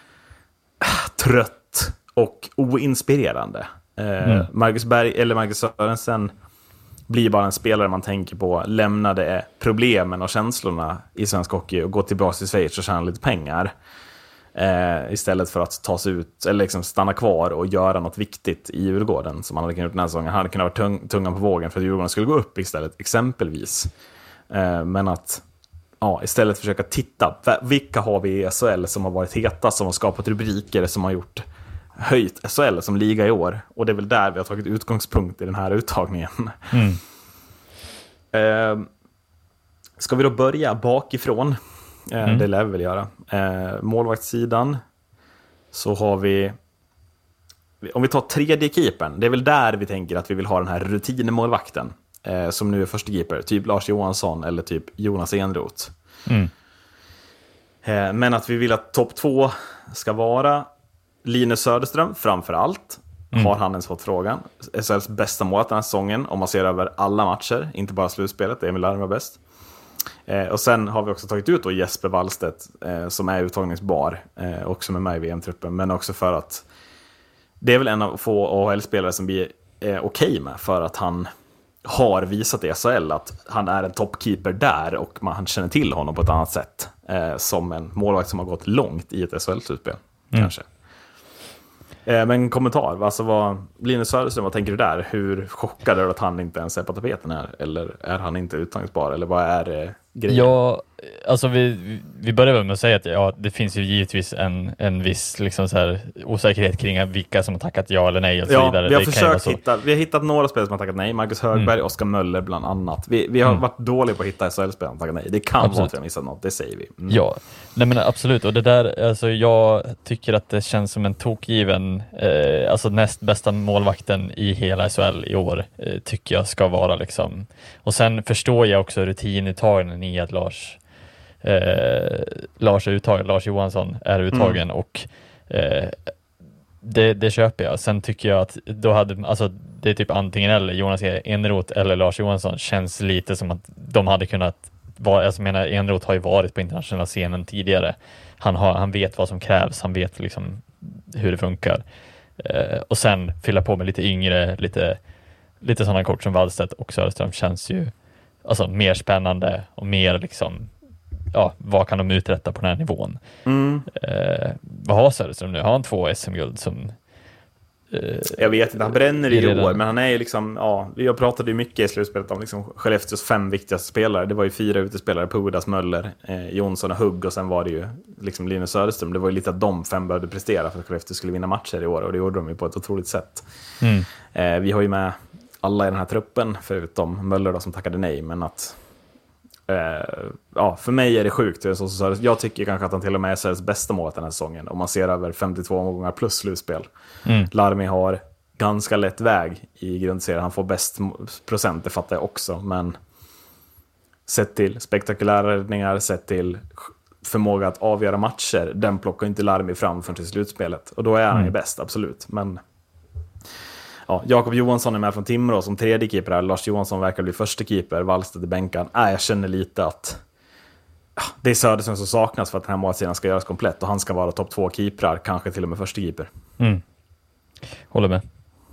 trött och oinspirerande. Marcus Sörensen blir bara en spelare man tänker på lämnade problemen och känslorna i svensk hockey och gå tillbaka till Schweiz och tjäna lite pengar, istället för att ta sig ut eller liksom stanna kvar och göra något viktigt i Djurgården som han hade kunnat gjort den här säsongen. Han hade kunnat vara tungan på vågen för att Djurgården skulle gå upp istället, exempelvis. Men att istället försöka titta, vilka har vi i SHL som har varit heta, som har skapat rubriker, som har gjort höjt SHL som liga i år. Och det är väl där vi har tagit utgångspunkt i den här uttagningen. Ska vi då börja bakifrån? Det lär vi väl göra. Målvaktssidan, så har vi, om vi tar tredje keepern, det är väl där vi tänker att vi vill ha den här rutinmålvakten, som nu är första keeper, typ Lars Johansson eller typ Jonas Enroth. Men att vi vill att topp 2 ska vara Linus Söderström framför allt. Har han ens fått frågan? SHLs bästa mål den här säsongen, om man ser över alla matcher, inte bara slutspelet. Emil Larm var bäst. Och sen har vi också tagit ut då Jesper Wallstedt, som är uttagningsbar och som är med i VM-truppen, men också för att det är väl en av få AHL-spelare som vi är okej med, för att han har visat i SHL att han är en toppkeeper där, och han känner till honom på ett annat sätt, som en målvakt som har gått långt i ett SHL-slutspel kanske. Men kommentar, alltså Linus Söderström, vad tänker du där? Hur chockad är du att han inte ens är på tapeten här? Eller är han inte uttagningsbar? Eller vad är grejen? Ja, alltså vi börjar väl med att säga att det finns ju givetvis en viss liksom så här osäkerhet kring vilka som har tackat ja eller nej och så vidare. Vi har hittat några spelare som har tackat nej. Marcus Högberg, Oskar Möller bland annat. Vi har varit dåliga på att hitta SHL-spelare som tackat nej. Det kan vara att vi har missat något, det säger vi. Ja, nej men absolut. Och det där, alltså jag tycker att det känns som en tokgiven, alltså näst bästa målvakten i hela SHL i år, tycker jag ska vara liksom. Och sen förstår jag också rutinuttagningen i att Lars är uttagen, Lars Johansson är uttagen, och det köper jag. Sen tycker jag att då alltså det är typ antingen eller Jonas Enroth eller Lars Johansson, känns lite som att de hade kunnat vara, alltså jag menar, Enroth har ju varit på internationella scenen tidigare. Han vet vad som krävs, han vet liksom hur det funkar. Och sen fylla på med lite yngre, lite sådana kort som Wallstedt och Söderström känns ju alltså mer spännande och mer liksom, vad kan de uträtta på den här nivån? Vad har Söderström nu? Har han 2 SM-guld som... jag vet inte, han bränner i år, men han är ju liksom, vi har pratat ju mycket i slutspelet om liksom Skellefteås 5 viktigaste spelare. Det var ju 4 utespelare, Pudas, Möller, Jonsson och Hugg, och sen var det ju liksom Linus Söderström. Det var ju lite att de 5 behövde prestera för att Skellefteå skulle vinna matcher i år, och det gjorde de ju på ett otroligt sätt. Vi har ju med alla i den här truppen, förutom Möller då, som tackade nej, men att för mig är det sjukt. Jag tycker kanske att han till och med är SHLs bästa mål den här säsongen, om man ser över 52 omgångar plus slutspel. Larmi har ganska lätt väg i grundserien, han får bäst procent, det fattar jag också, men sett till spektakulära räddningar, sett till förmåga att avgöra matcher, den plockar inte Larmi fram för till slutspelet, och då är han ju bäst, absolut. Men Ja, Jakob Johansson är med från Timrå som tredje keeper här. Lars Johansson verkar bli första keeper. Wallstedt i bänkan. Jag känner lite att det är Söderström som saknas för att den här målsidan ska göras komplett. Och han ska vara topp 2 keeprar, kanske till och med första keeper. Håller med.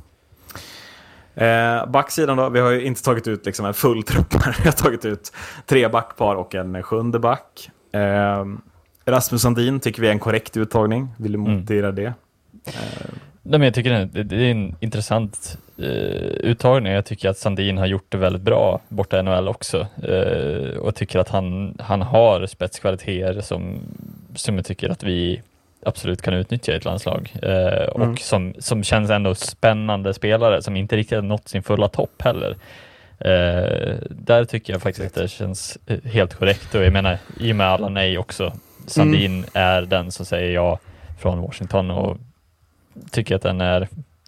Backsidan då, vi har ju inte tagit ut liksom en full trupp här. Vi har tagit ut 3 backpar och en 7:e back. Rasmus Sandin tycker vi är en korrekt uttagning. Vill du motivera det? Nej, men jag tycker det är en intressant uttagning. Jag tycker att Sandin har gjort det väldigt bra borta i NHL också. Och tycker att han har spetskvaliteter som jag tycker att vi absolut kan utnyttja i ett landslag. Och som känns ändå spännande spelare som inte riktigt har nått sin fulla topp heller. Där tycker jag faktiskt att det känns helt korrekt. Och jag menar, i och med alla nej också. Sandin är den som säger ja från Washington och tycker att den är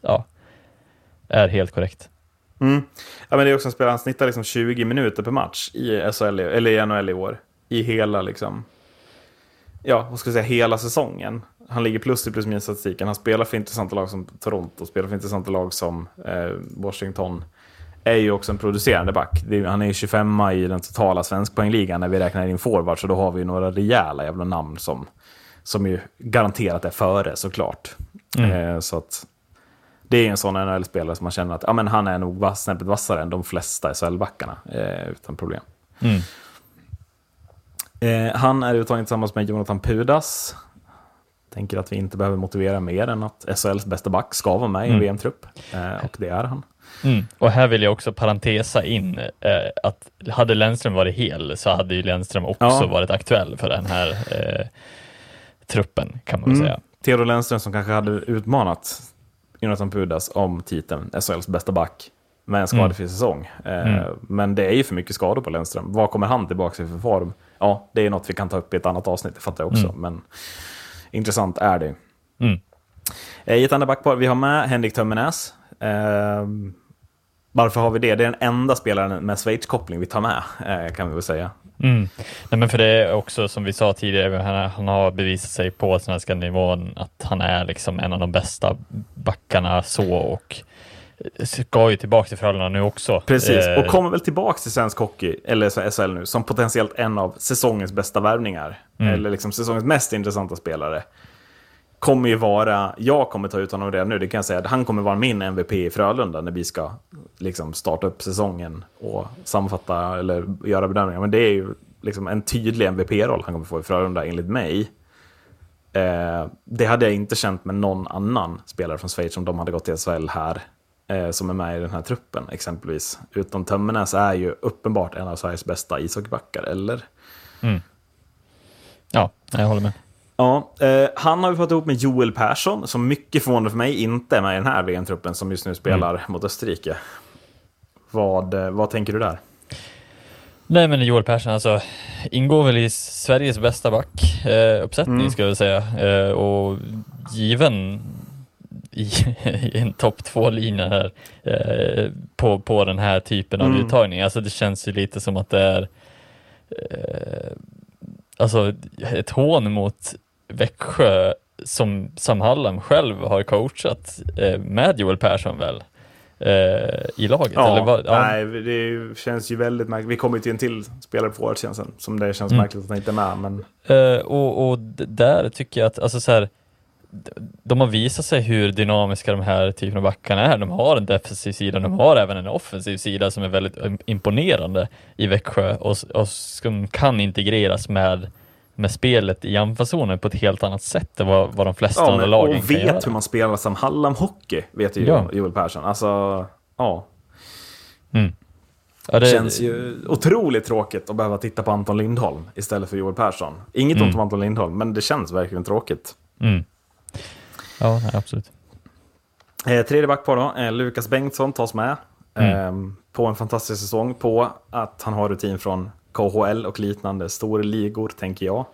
helt korrekt. Ja, men det är också en spelare, han snittar liksom 20 minuter per match i SHL eller i NHL i år. I hela liksom, vad ska jag säga, hela säsongen. Han ligger plus i plus minus statistiken. Han spelar för intressanta lag som Toronto, spelar för intressanta lag som Washington. Är ju också en producerande back. Han är ju 25 i den totala svenskpoängligan när vi räknar in forward, så då har vi några rejäla jävla namn som ju garanterat är före, såklart. Så att det är en sån NHL-spelare som man känner att men han är nog snäppet vassare än de flesta SHL-backarna utan problem. Han är uttagen tillsammans med Jonathan Pudas. Tänker att vi inte behöver motivera mer än att SHLs bästa back ska vara med i en VM-trupp. Och det är han. Och här vill jag också parentesa in att hade Lennström varit hel så hade ju Lennström också varit aktuell för den här truppen, kan man väl säga. Theodor Lennström som kanske hade utmanat Jonathan Pudas om titeln SHLs bästa back med en skadefri säsong. Men det är ju för mycket skador på Lennström. Vad kommer han tillbaka i för form? Ja, det är något vi kan ta upp i ett annat avsnitt, det fattar jag också. Men intressant är det. I ett andra backpar, vi har med Henrik Tömmernes. Varför har vi det? Det är den enda spelaren med Schweiz-koppling vi tar med, kan vi väl säga. Nej, men för det är också, som vi sa tidigare, han har bevisat sig på svenska nivån att han är liksom en av de bästa backarna så, och ska ju tillbaka till Frölunda nu också. Precis, och kommer väl tillbaka till svensk hockey, eller SHL nu, som potentiellt en av säsongens bästa värvningar. Eller liksom säsongens mest intressanta spelare. Kommer ju vara, jag kommer ta ut honom redan nu, det kan jag säga, att han kommer vara min MVP i Frölunda när vi ska liksom starta upp säsongen och sammanfatta eller göra bedömningar. Men det är ju liksom en tydlig MVP-roll han kommer få i Frölunda enligt mig. Det hade jag inte känt med någon annan spelare från Schweiz om de hade gått till SHL här, som är med i den här truppen exempelvis. Utan Tömmernes är ju uppenbart en av Sveriges bästa ishockeybackar, eller? Ja, jag håller med. Ja, han har vi fått ihop med Joel Persson, som mycket förvånande för mig inte är med i den här VM-truppen som just nu spelar mot Österrike. Vad tänker du där? Nej, men Joel Persson alltså ingår väl i Sveriges bästa back uppsättning, ska jag säga. Och given i en topp 2-linje här på den här typen av uttagning. Alltså det känns ju lite som att det är alltså ett hån mot Växjö som Sam Hallam själv har coachat med Joel Persson väl i laget. Ja, eller vad? Ja. Nej, det känns ju väldigt märkligt. Vi kommer ju till en till spelare på vårt sen som det känns märkligt att han inte är med. Men... Och där tycker jag att alltså så här, de har visat sig hur dynamiska de här typen av backarna är. De har en defensiv sida, de har även en offensiv sida som är väldigt imponerande i Växjö och som kan integreras med spelet i anfallszonen på ett helt annat sätt än vad de flesta andra lagen kan göra. Och vet hur man spelar som Hallam-hockey, vet ju Joel Persson. Alltså, ja. Ja, det känns ju otroligt tråkigt att behöva titta på Anton Lindholm istället för Joel Persson. Inget ont om Anton Lindholm, men det känns verkligen tråkigt. Ja, absolut. Tredje backpar då, Lukas Bengtsson tas med på en fantastisk säsong, på att han har rutin från KHL och liknande stora ligor, tänker jag.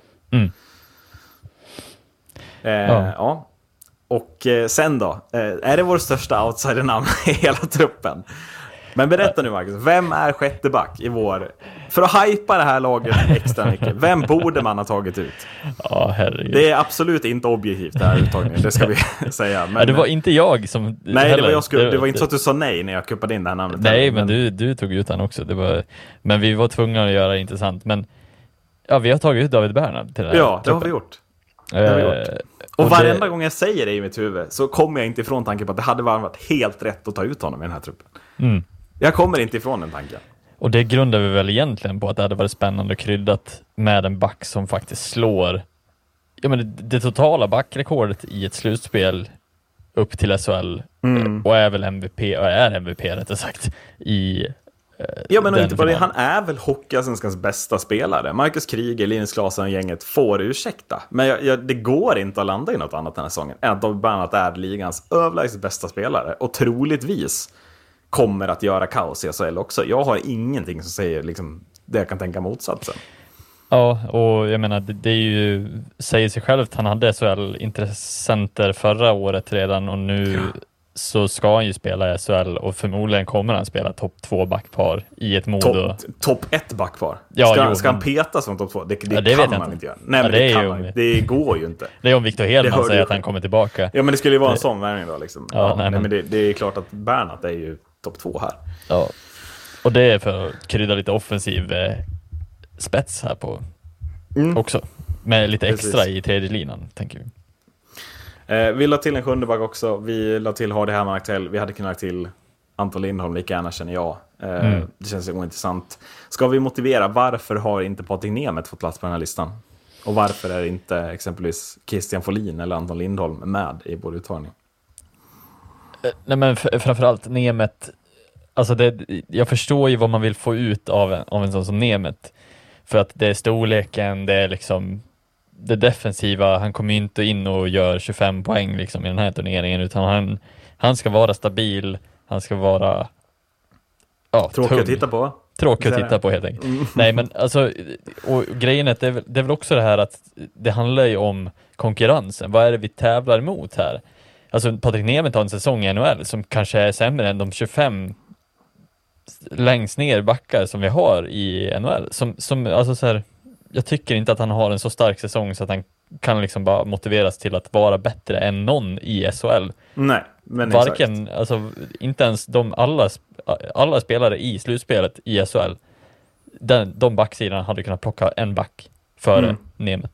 Ja. Och sen då, är det vår största outsider-namn i hela truppen? Men berätta nu, Marcus, vem är sjätte back i vår... För att hypa det här laget extra mycket, vem borde man ha tagit ut? Ja, herregud. Det är absolut inte objektivt det här uttagningen, det ska vi säga. Men, det var inte jag som... Nej, det var inte så att du sa nej när jag kuppade in det här namnet. Nej, men du tog ut han också. Men vi var tvungna att göra det intressant. Men ja, vi har tagit ut David Bernhard till det här. Ja, det har vi gjort. Och varenda gång jag säger det i mitt huvud så kommer jag inte ifrån tanken på att det hade varit helt rätt att ta ut honom i den här truppen. Jag kommer inte ifrån den tanken. Och det grundar vi väl egentligen på att det hade varit spännande och kryddat med en back som faktiskt slår det totala backrekordet i ett slutspel upp till SHL och är väl MVP rättare sagt i ja, men inte bara det, han är väl Hockeyallsvenskans bästa spelare. Marcus Kryger, Linus Klasen och gänget får ursäkta. Men det går inte att landa i något annat den här säsongen än att David Bernhard är ligans överlägset bästa spelare och troligtvis kommer att göra kaos i SHL också. Jag har ingenting som säger liksom, det jag kan tänka motsatsen. Ja, och jag menar, det är ju, säger sig självt, han hade SHL-intressenter förra året redan och nu så ska han ju spela i SHL och förmodligen kommer han spela topp 2 backpar i ett Modo. Topp 1 backpar? Ja, ska han petas som topp 2? Det kan man inte göra. Nej, men det går ju inte. Det är om Victor Hedman säger att han kommer tillbaka. Ja, men det skulle ju vara en sån värvning då liksom. Ja, men det är klart att Bernhard är ju topp 2 här. Ja, och det är för att krydda lite offensiv spets här på också. Med lite extra i tredje linan, tänker vi. Vi la till en sjunde back också. Vi la till Hardy Herman Aktell. Vi hade kunnat till Anton Lindholm, lika gärna känner jag. Det känns ointressant. Ska vi motivera varför har inte Patrik Nemeth fått plats på den här listan? Och varför är inte exempelvis Christian Folin eller Anton Lindholm med i vår uttagning? Nej, men framförallt Nemeth. Alltså jag förstår ju vad man vill få ut av en sån som Nemeth. För att det är storleken, det är liksom det defensiva. Han kommer ju inte in och gör 25 poäng liksom i den här turneringen, utan han ska vara stabil, han ska vara tråkig att titta på. Tråkig att titta på helt enkelt. Nej, men alltså, och grejen är att det är väl också det här att det handlar ju om konkurrensen. Vad är det vi tävlar emot här? Alltså Patrik Nemeth har en säsong i NHL som kanske är sämre än de 25 längst ner backar som vi har i NHL. Som alltså så här, jag tycker inte att han har en så stark säsong så att han kan liksom bara motiveras till att vara bättre än någon i SHL. Nej, men varken, alltså inte ens alla spelare i slutspelet i SHL, de backsidan hade kunnat plocka en back före Nemeth.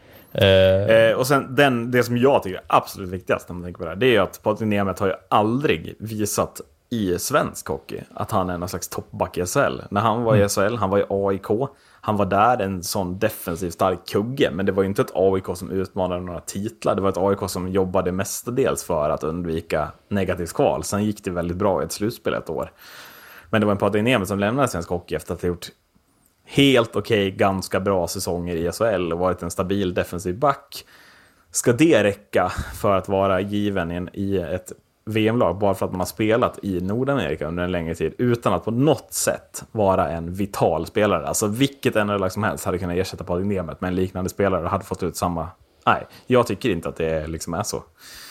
Och sen det som jag tycker är absolut viktigast när man tänker på det här, det är ju att Patrik Nemeth har ju aldrig visat i svensk hockey att han är någon slags toppback i SHL. När han var i SHL, han var i AIK, han var där en sån defensiv stark kugge, men det var ju inte ett AIK som utmanade några titlar, det var ett AIK som jobbade mestadels för att undvika negativt kval. Sen gick det väldigt bra i ett slutspel ett år. Men det var en Patrik Nemeth som lämnade svensk hockey efter att ha gjort helt okej, ganska bra säsonger i SHL och varit en stabil defensiv back. Ska det räcka för att vara given i ett VM-lag bara för att man har spelat i Nordamerika under en längre tid utan att på något sätt vara en vital spelare? Alltså vilket NHL-lag som helst hade kunnat ersätta Patrik Nemeth med en liknande spelare och hade fått ut samma... Nej, jag tycker inte att det liksom är så.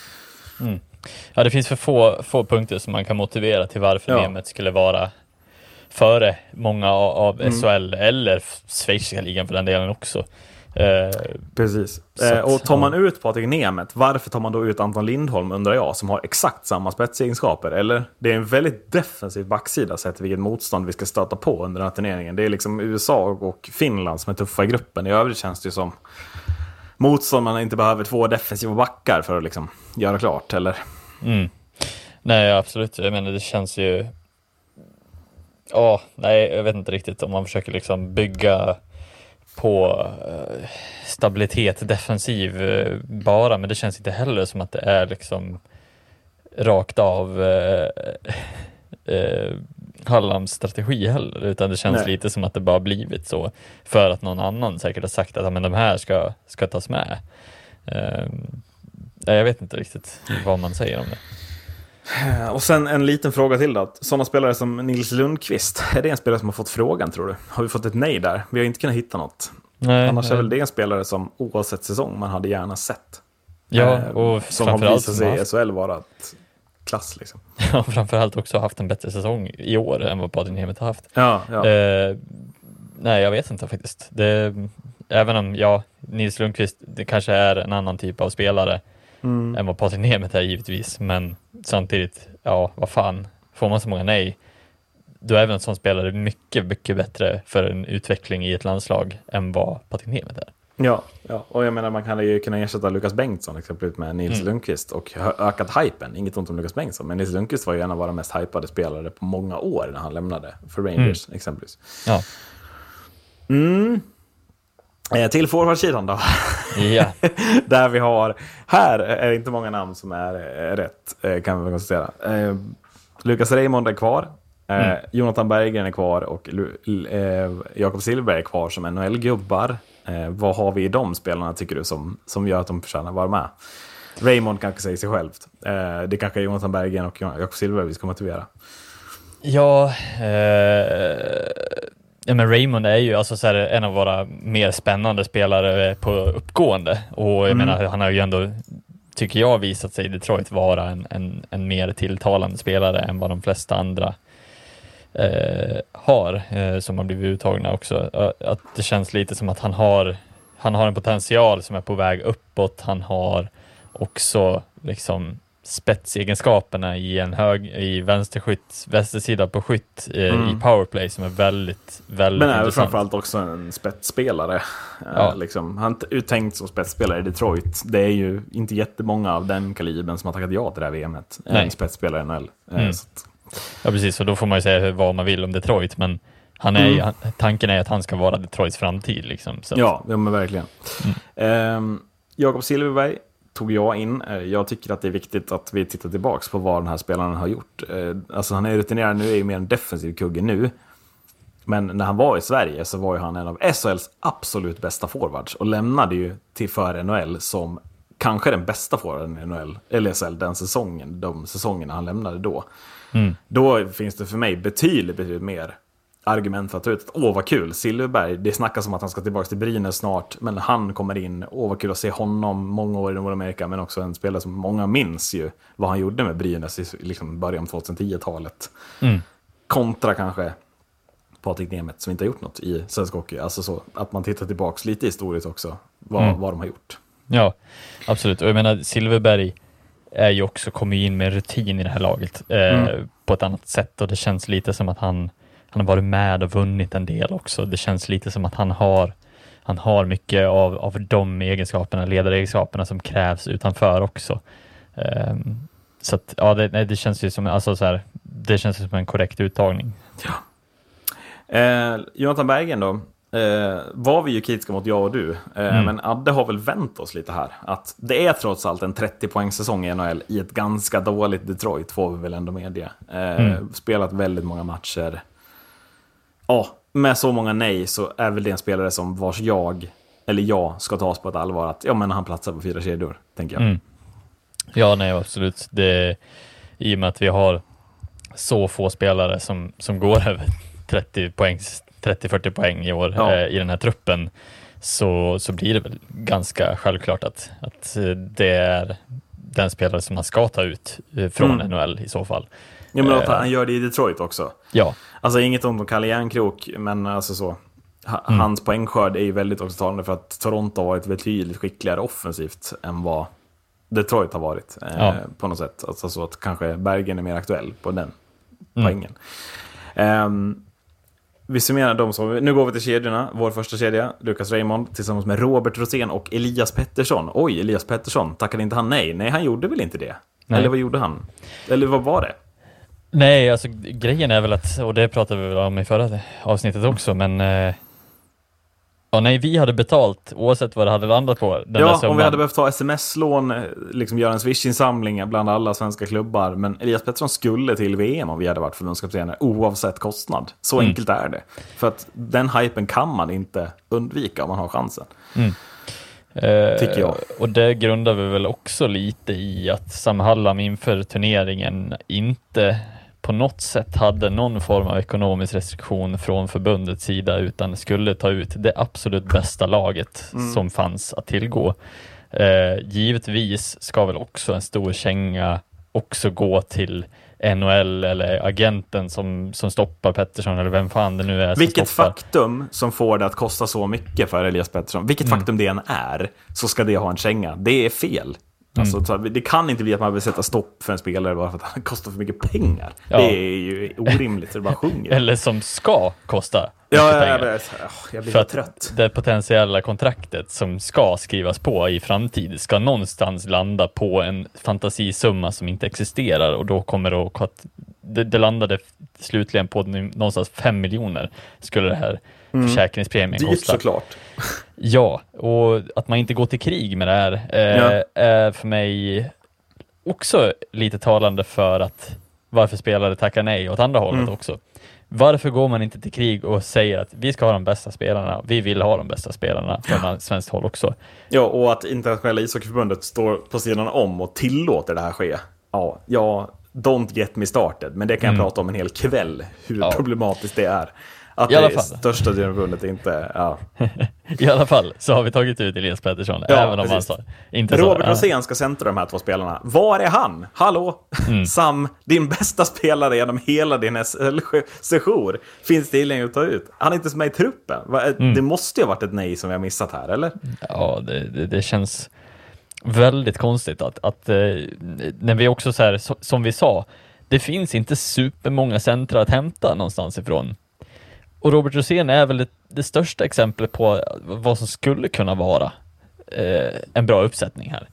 Ja, det finns för få punkter som man kan motivera till varför Nemeth skulle vara före många av SHL eller schweiziska ligan för den delen också. Precis. Och tar man ut Patrik Nemeth, varför tar man då ut Anton Lindholm, undrar jag, som har exakt samma spetsegenskaper? Eller det är en väldigt defensiv backsida sett vilket motstånd vi ska stöta på under den här turneringen. Det är liksom USA och Finland som är tuffa i gruppen. I övrigt känns det ju som motstånd man inte behöver 2 defensiva backar för att liksom göra klart, eller? Nej, absolut. Jag menar, det känns ju... nej, jag vet inte riktigt om man försöker liksom bygga på stabilitet defensiv bara, men det känns inte heller som att det är liksom rakt av Hallands strategi heller, utan det känns lite som att det bara blivit så för att någon annan säkert har sagt att men de här ska tas med. Jag vet inte riktigt vad man säger om det. Och sen en liten fråga till då. Sådana spelare som Nils Lundqvist, är det en spelare som har fått frågan, tror du? Har vi fått ett nej där? Vi har inte kunnat hitta något. Annars är väl det en spelare som oavsett säsong man hade gärna sett. Ja, och som har visat sig i SHL vara att klass liksom. Ja, framförallt också haft en bättre säsong i år än vad Patrik Nemeth har haft. Ja. Nej, jag vet inte faktiskt. Även om, Nils Lundqvist, det kanske är en annan typ av spelare än vad Patrik Nemeth är givetvis, men samtidigt, vad fan, får man så många nej, då är även en sån spelare mycket, mycket bättre för en utveckling i ett landslag än vad Patrik Nemeth är. Ja, och jag menar man kan ju kunna ersätta Lukas Bengtsson exempelvis med Nils Lundqvist och ökat hypen. Inget ont om Lukas Bengtsson, men Nils Lundqvist var ju en av våra mest hypade spelare på många år när han lämnade för Rangers exempelvis. Ja. Till forwardsidan då. Ja. Där vi har, här är det inte många namn som är rätt, kan vi väl konstatera. Lukas Raymond är kvar. Jonathan Berggren är kvar och Jakob Silfverberg är kvar som NHL-gubbar. Vad har vi i de spelarna tycker du som gör att de förtjänar att vara med? Raymond kanske säger sig självt. Det kanske är Jonathan Berggren och Jakob Silfverberg vi ska motivera. Ja, men Raymond är ju alltså så här, en av våra mer spännande spelare på uppgående. Och jag menar, han har ju ändå, tycker jag, visat sig i Detroit vara en mer tilltalande spelare än vad de flesta andra har som har blivit uttagna också. Att det känns lite som att han har en potential som är på väg uppåt. Han har också liksom spetsegenskaperna i vänstersida på skytt i powerplay som är väldigt, väldigt men är intressant. framförallt också en spetsspelare. Liksom. Han är uttänkt som spetsspelare i Detroit. Det är ju inte jättemånga av den kalibern som har tackat ja till det här VMet. En spetsspelare i NHL. Ja, precis. Och då får man ju säga vad man vill om Detroit, men tanken är att han ska vara Detroits framtid. Liksom, så. Ja, men verkligen. Jakob Silfverberg tog jag in. Jag tycker att det är viktigt att vi tittar tillbaka på vad den här spelaren har gjort. Alltså han är rutinerad nu, är ju mer en defensiv kugge nu. Men när han var i Sverige så var ju han en av SHLs absolut bästa forwards och lämnade ju för NHL som kanske den bästa forwarden i NHL, eller SHL den säsongen, de säsongerna han lämnade då. Då finns det för mig betydligt mer argument för att ta ut. Vad kul, Silfverberg, det snackas om att han ska tillbaka till Brynäs snart, men han kommer in, vad kul att se honom många år i Nordamerika, men också en spelare som många minns ju vad han gjorde med Brynäs i liksom början av 2010-talet. Kontra kanske Patrik Nemeth som inte har gjort något i svensk hockey. Alltså så att man tittar tillbaka lite historiskt också vad de har gjort. Ja, absolut. Och jag menar, Silfverberg är ju också kommit in med rutin i det här laget på ett annat sätt, och det känns lite som att han har varit med och vunnit en del också. Det känns lite som att han har mycket av de egenskaperna, ledaregenskaperna som krävs utanför också. Så att, det känns ju som, alltså så här, det känns som en korrekt uttagning. Ja. Jonathan Berggren då, var vi ju kritiska mot jag och du, men Adde har väl vänt oss lite här, att det är trots allt en 30-poängssäsong i NHL i ett ganska dåligt Detroit, får vi väl ändå medge. Spelat väldigt många matcher. Med så många nej så är väl det en spelare som vars jag ska tas på ett allvar, att men han platsar på 4 kedjor, tänker jag. Ja, nej, absolut. I och med att vi har så få spelare som går över 30-40 poäng i år i den här truppen, så blir det väl ganska självklart att det är den spelare som man ska ta ut från NHL i så fall. Ja, men att han gör det i Detroit också. Ja. Alltså inget om Kalle Järnkrok, men alltså så hans poängskörd är ju väldigt också talande för att Toronto har varit betydligt skickligare offensivt än vad Detroit har varit på något sätt. Alltså så att kanske Bergen är mer aktuell på den poängen. Vi summerar dem som, nu går vi till kedjorna. Vår första kedja, Lukas Raymond tillsammans med Robert Rosén och Elias Pettersson. Oj, Elias Pettersson, tackade inte han nej? Nej, han gjorde väl inte det? Nej. Eller vad gjorde han? Eller vad var det? Nej, alltså grejen är väl att, och det pratade vi väl om i förra avsnittet också, men vi hade betalt oavsett vad det hade landat på. Om vi hade behövt ta sms-lån, liksom göra en Swish-insamling bland alla svenska klubbar, men Elias Pettersson skulle till VM om vi hade varit förbundskapten oavsett kostnad. Så enkelt är det. För att den hypen kan man inte undvika om man har chansen. Tycker jag. Och det grundar vi väl också lite i att Sam Hallam inför turneringen inte på något sätt hade någon form av ekonomisk restriktion från förbundets sida, utan skulle ta ut det absolut bästa laget som fanns att tillgå. Givetvis ska väl också en stor känga också gå till NHL eller agenten som stoppar Pettersson eller vem fan det nu är som vilket stoppar. faktum som får det att kosta så mycket för Elias Pettersson, vilket faktum det än är, så ska det ha en känga. Det är fel. Alltså, det kan inte bli att man vill sätta stopp för en spelare bara för att han kostar för mycket pengar. Ja. Det är ju orimligt, det bara sjunger. Eller som ska kosta jag blir för så att trött. det potentiella kontraktet som ska skrivas på i framtid ska någonstans landa på en fantasisumma som inte existerar, och då kommer det landade slutligen på någonstans 5 miljoner skulle det här försäkringspremien Dyrt kosta. såklart. Ja, och att man inte går till krig med det här är för mig också lite talande för att varför spelare tackar nej åt andra hållet också. Varför går man inte till krig och säger att vi ska ha de bästa spelarna, vi vill ha de bästa spelarna från svenskt håll också? Ja, och att internationella ishockeyförbundet står på sidan om och tillåter det här ske. Ja, don't get me started, men det kan jag prata om en hel kväll, hur problematiskt det är. Att I alla det fall. största förbundet inte... Ja. I alla fall så har vi tagit ut Elias Pettersson, även om han sa inte Robert så. Rosén ska centra de här 2 spelarna. Var är han? Hallå? Sam, din bästa spelare genom hela din session finns tillgänglig att ta ut. Han är inte som med i truppen. Det måste ju ha varit ett nej som vi har missat här, eller? Ja, det känns väldigt konstigt att när vi också så här, som vi sa, det finns inte supermånga centra att hämta någonstans ifrån. Och Robert Rosén är väl det största exemplet på vad som skulle kunna vara en bra uppsättning här.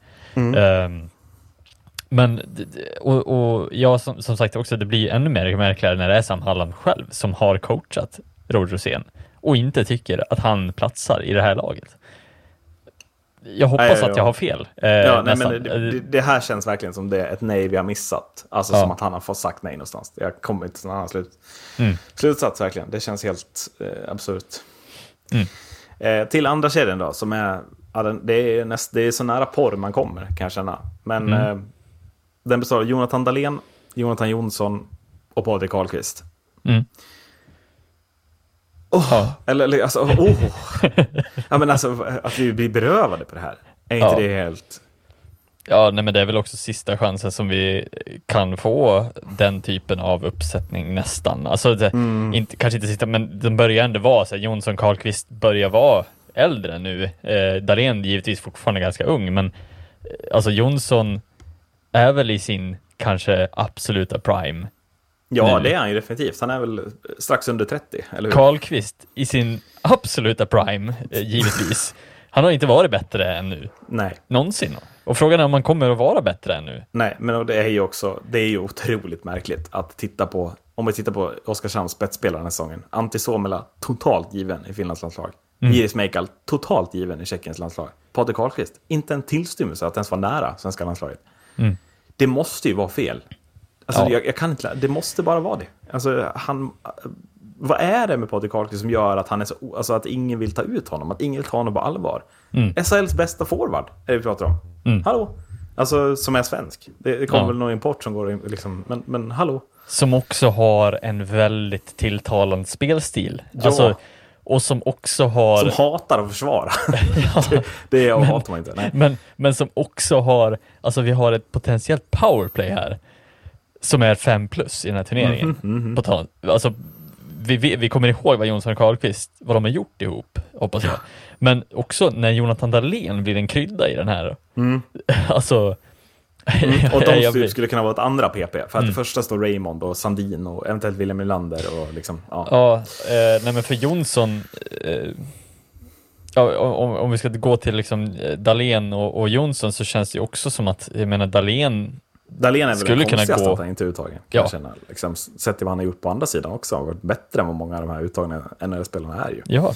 Men ja, som sagt också, det blir ännu mer märkligare när det är Sam Hallam själv som har coachat Robert Rosén och inte tycker att han platsar i det här laget. Jag hoppas att jag har fel. Men det här känns verkligen som det är ett nej vi har missat. Alltså som att han har fått sagt nej någonstans. Jag kommer inte till någon annan slutsats verkligen. Det känns helt absurt. Till andra kedjan då, som är det är så nära porr man kommer, kan jag känna. Men den består av Jonathan Dahlén, Jonathan Jonsson och Patrik Karlqvist. Eller alltså, ja, men alltså att vi blir berövade på det här. Är inte det helt... Ja, nej, men det är väl också sista chansen som vi kan få den typen av uppsättning nästan. Alltså kanske inte sista, men den börjar ändå vara så här, Jonsson, Karlqvist börjar vara äldre nu. Dahlén givetvis fortfarande ganska ung, men alltså Jonsson är väl i sin kanske absoluta prime. Ja, nu. det är han ju definitivt. Han är väl strax under 30, eller hur? Karlqvist i sin absoluta prime, givetvis. Han har inte varit bättre än nu. Nej. Någonsin. Och frågan är om man kommer att vara bättre än nu. Nej, men det är ju otroligt märkligt att titta på, om vi tittar på Oskarshamns spetsspelare den här säsongen. Antti Suomela, totalt given i Finlands landslag. Iris Meikal, totalt given i Tjeckiens landslag. Patrik Karlqvist, inte en tillstymmelse att ens vara nära svenska landslaget. Det måste ju vara fel. Alltså, jag kan inte, det måste bara vara det. Alltså, vad är det med Patrik Karlqvist som gör att han är så, alltså att ingen vill ta ut honom, att ingen vill ta honom på allvar? SHLs bästa forward är det vi pratar om. Hallå? Alltså, som är svensk. Det kommer väl någon import som går liksom, men hallå? Som också har en väldigt tilltalande spelstil. Ja. Alltså, och som också har... Som hatar att försvara. det hatar man inte. Nej. Men som också har... Alltså vi har ett potentiellt powerplay här. Som är 5+ i den här turneringen. På tal. Alltså, vi kommer ihåg vad Jonsson och Karlqvist, vad de har gjort ihop, hoppas jag. Men också när Jonathan Dahlén blir en krydda i den här. Alltså... Och de skulle kunna vara ett andra PP. För att det första står Raymond och Sandin och eventuellt William Nylander och liksom, nej men för Jonsson om vi ska gå till liksom Dahlén och Jonsson, så känns det ju också som att, jag menar, Dahlén är väl skulle kunna gå att han inte är uttagen, kan jag känna. Liksom, sett till vad han har gjort på andra sidan också, har varit bättre än vad många av de här uttagna NHL-spelarna är ju. Ja.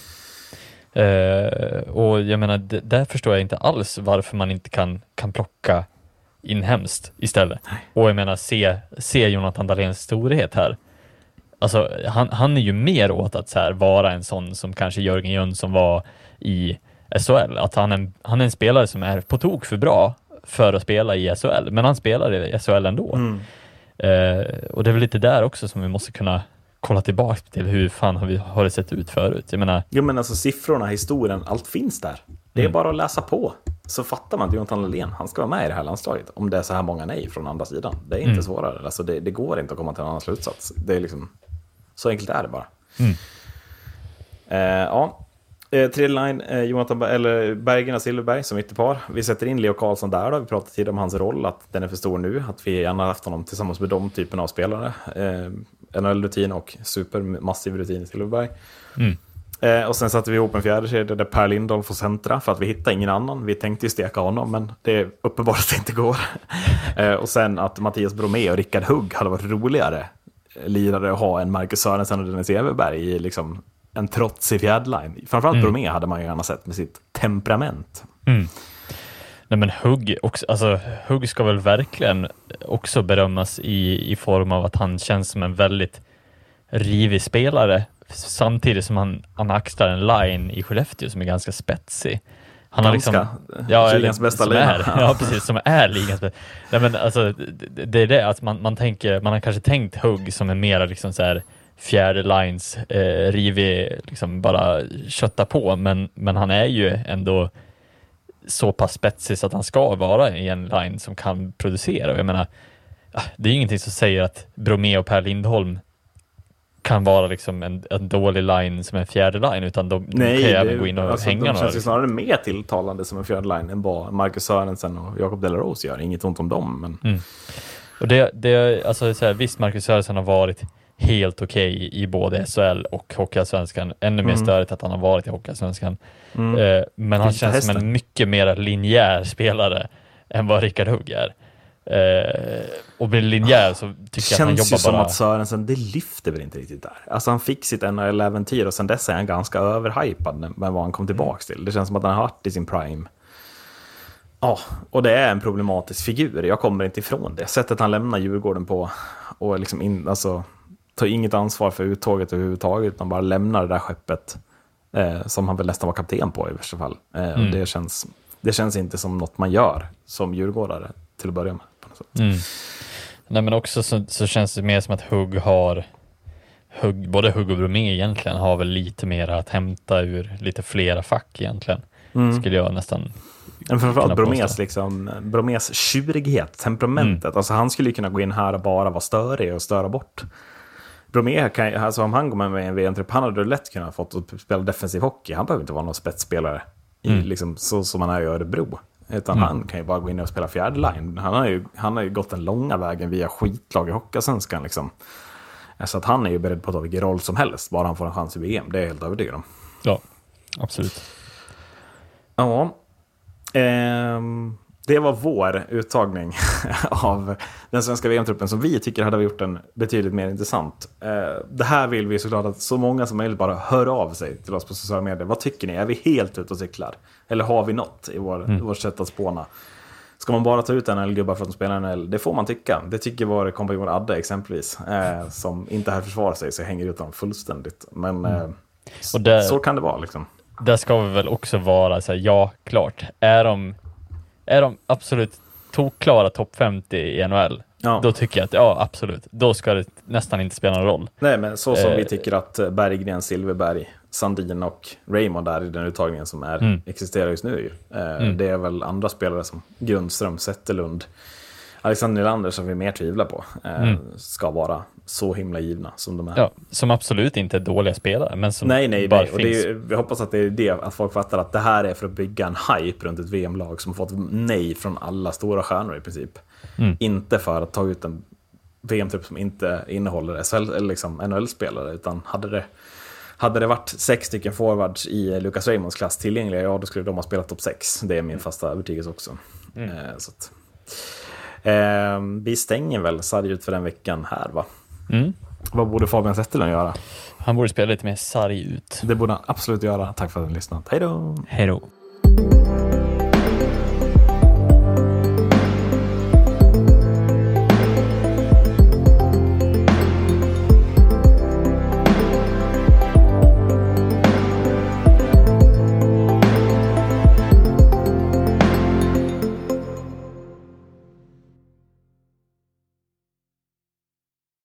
Och jag menar, där förstår jag inte alls varför man inte kan plocka inhemskt istället. Och jag menar, se Jonathan Dahléns storhet här. Alltså, han är ju mer åt att så här vara en sån som kanske Jörgen Jönsson var i SHL. Att han är en spelare som är på tok för bra för att spela i SHL. Men han spelar i SHL ändå. Och det är väl lite där också som vi måste kunna kolla tillbaka till hur fan har det sett ut förut. Jag menar... Jo, men alltså siffrorna, historien, allt finns där. Det är bara att läsa på. så fattar man att Jonathan Dahlén, han ska vara med i det här landslaget om det är så här många nej från andra sidan. Det är inte svårare. Alltså det går inte att komma till en annan slutsats. Det är liksom, så enkelt är det bara. Tredje line, Jonathan Berggren och Silfverberg som ytterpar. Vi sätter in Leo Karlsson där då. Vi pratade tidigare om hans roll, att den är för stor nu. Att vi gärna haft honom tillsammans med de typerna av spelare. NHL-rutin och supermassiv rutin i Silfverberg. Och sen satte vi ihop en fjärde kedja där Per Lindholm får centra för att vi hittade ingen annan. Vi tänkte ju steka honom, men det är uppenbart att det inte går. Och sen att Mattias Bromé och Rickard Hugg hade varit roligare lirare att ha än Marcus Sörensen och Dennis Everberg i liksom en trotsig fjärdline. Framförallt Bromé hade man ju gärna sett med sitt temperament. Nej, men Hugg ska väl verkligen också berömmas i form av att han känns som en väldigt rivig spelare samtidigt som han axlar en line i Skellefteå som är ganska spetsig. Han har liksom ligans bästa line. Ja, precis, som är ligans bästa. Nej, men alltså det är det att man har kanske tänkt Hugg som en mera liksom så här fjärde lines rivig, liksom bara kötta på, men han är ju ändå så pass spetsig så att han ska vara i en line som kan producera. Och jag menar, det är ingenting som säger att Bromé och Per Lindholm kan vara liksom en dålig line som en fjärde line, utan de kan ju även gå in och hänga. De känns ju snarare mer tilltalande som en fjärde line än vad Marcus Sörensen och Jacob Delarose gör. Inget ont om dem, men... Och det alltså så här, visst, Marcus Sörensen har varit helt okej i både SHL och Hockeyallsvenskan. Ännu mer störigt att han har varit i Hockeyallsvenskan. Men han känns som en mycket mer linjär spelare än vad Rickard Hugg är. Och med linjär så tycker jag att han jobbar bara... Känns ju som att Sörensen, det lyfter väl inte riktigt där. Alltså han fick sitt NHL-äventyr och sen dess är han ganska överhypad med vad han kom tillbaka till. Det känns som att han har varit i sin prime. Ja, och det är en problematisk figur. Jag kommer inte ifrån det. Sättet han lämnar Djurgården på och liksom tar inget ansvar för uttåget överhuvudtaget, utan bara lämnar det där skeppet som han väl nästan var kapten på i värsta fall. Och det känns inte som något man gör som djurgårdare till att börja med. På något sätt. Nej, men också så känns det mer som att både Hugg och Bromé egentligen har väl lite mer att hämta ur lite flera fack egentligen. Skulle jag nästan... Men framförallt Bromés tjurighet, temperamentet. Alltså han skulle ju kunna gå in här och bara vara störig och störa bort. Bromé, alltså om han går med en VM-trupp, han hade lätt kunnat fått att spela defensiv hockey. Han behöver inte vara någon spetsspelare liksom, så som man är i Örebro. Utan han kan ju bara gå in och spela fjärde line. Han har ju gått den långa vägen via skitlag i Hockeyallsvenskan liksom. Så att han är ju beredd på att ta vilken roll som helst, bara han får en chans i VM. Det är jag helt övertygad om. Ja, absolut. Ja. Det var vår uttagning av den svenska VM-truppen som vi tycker hade gjort den betydligt mer intressant. Det här vill vi såklart att så många som möjligt bara hör av sig till oss på sociala medier. Vad tycker ni? Är vi helt ute och cyklar? Eller har vi något i vårt sätt att spåna? Ska man bara ta ut en gubbar för att de spelar NHL? Det får man tycka. Det tycker vår kompanjon Adde exempelvis, som inte här försvarar sig, så hänger ut dem fullständigt. Men och så kan det vara liksom. Där ska vi väl också vara så här, ja, klart. Är de absolut tokklara topp 50 i NHL, då tycker jag att ja, absolut. Då ska det nästan inte spela någon roll. Nej, men så som vi tycker att Berggren, Silfverberg, Sandin och Raymond är i den uttagningen som existerar just nu. Det är väl andra spelare som Grundström, Zetterlund, Alexander Nylander som vi mer tvivlar på ska vara så himla givna som de är. Ja, som absolut inte är dåliga spelare, men som nej. bara Och vi hoppas att det är det, att folk fattar att det här är för att bygga en hype runt ett VM-lag som har fått nej från alla stora stjärnor i princip. Inte för att ta ut en VM-trupp som inte innehåller SHL eller liksom NHL-spelare, utan hade det varit 6 stycken forwards i Lucas Raymonds klass tillgängliga, då skulle de ha spelat topp 6. Det är min fasta övertygelse också. Så att, vi stänger väl sarg ut för den veckan här, va? Vad borde Fabian Zetterlund göra? Han borde spela lite mer sarg ut. Det borde han absolut göra. Tack för att du lyssnat. Hej då! Hej då!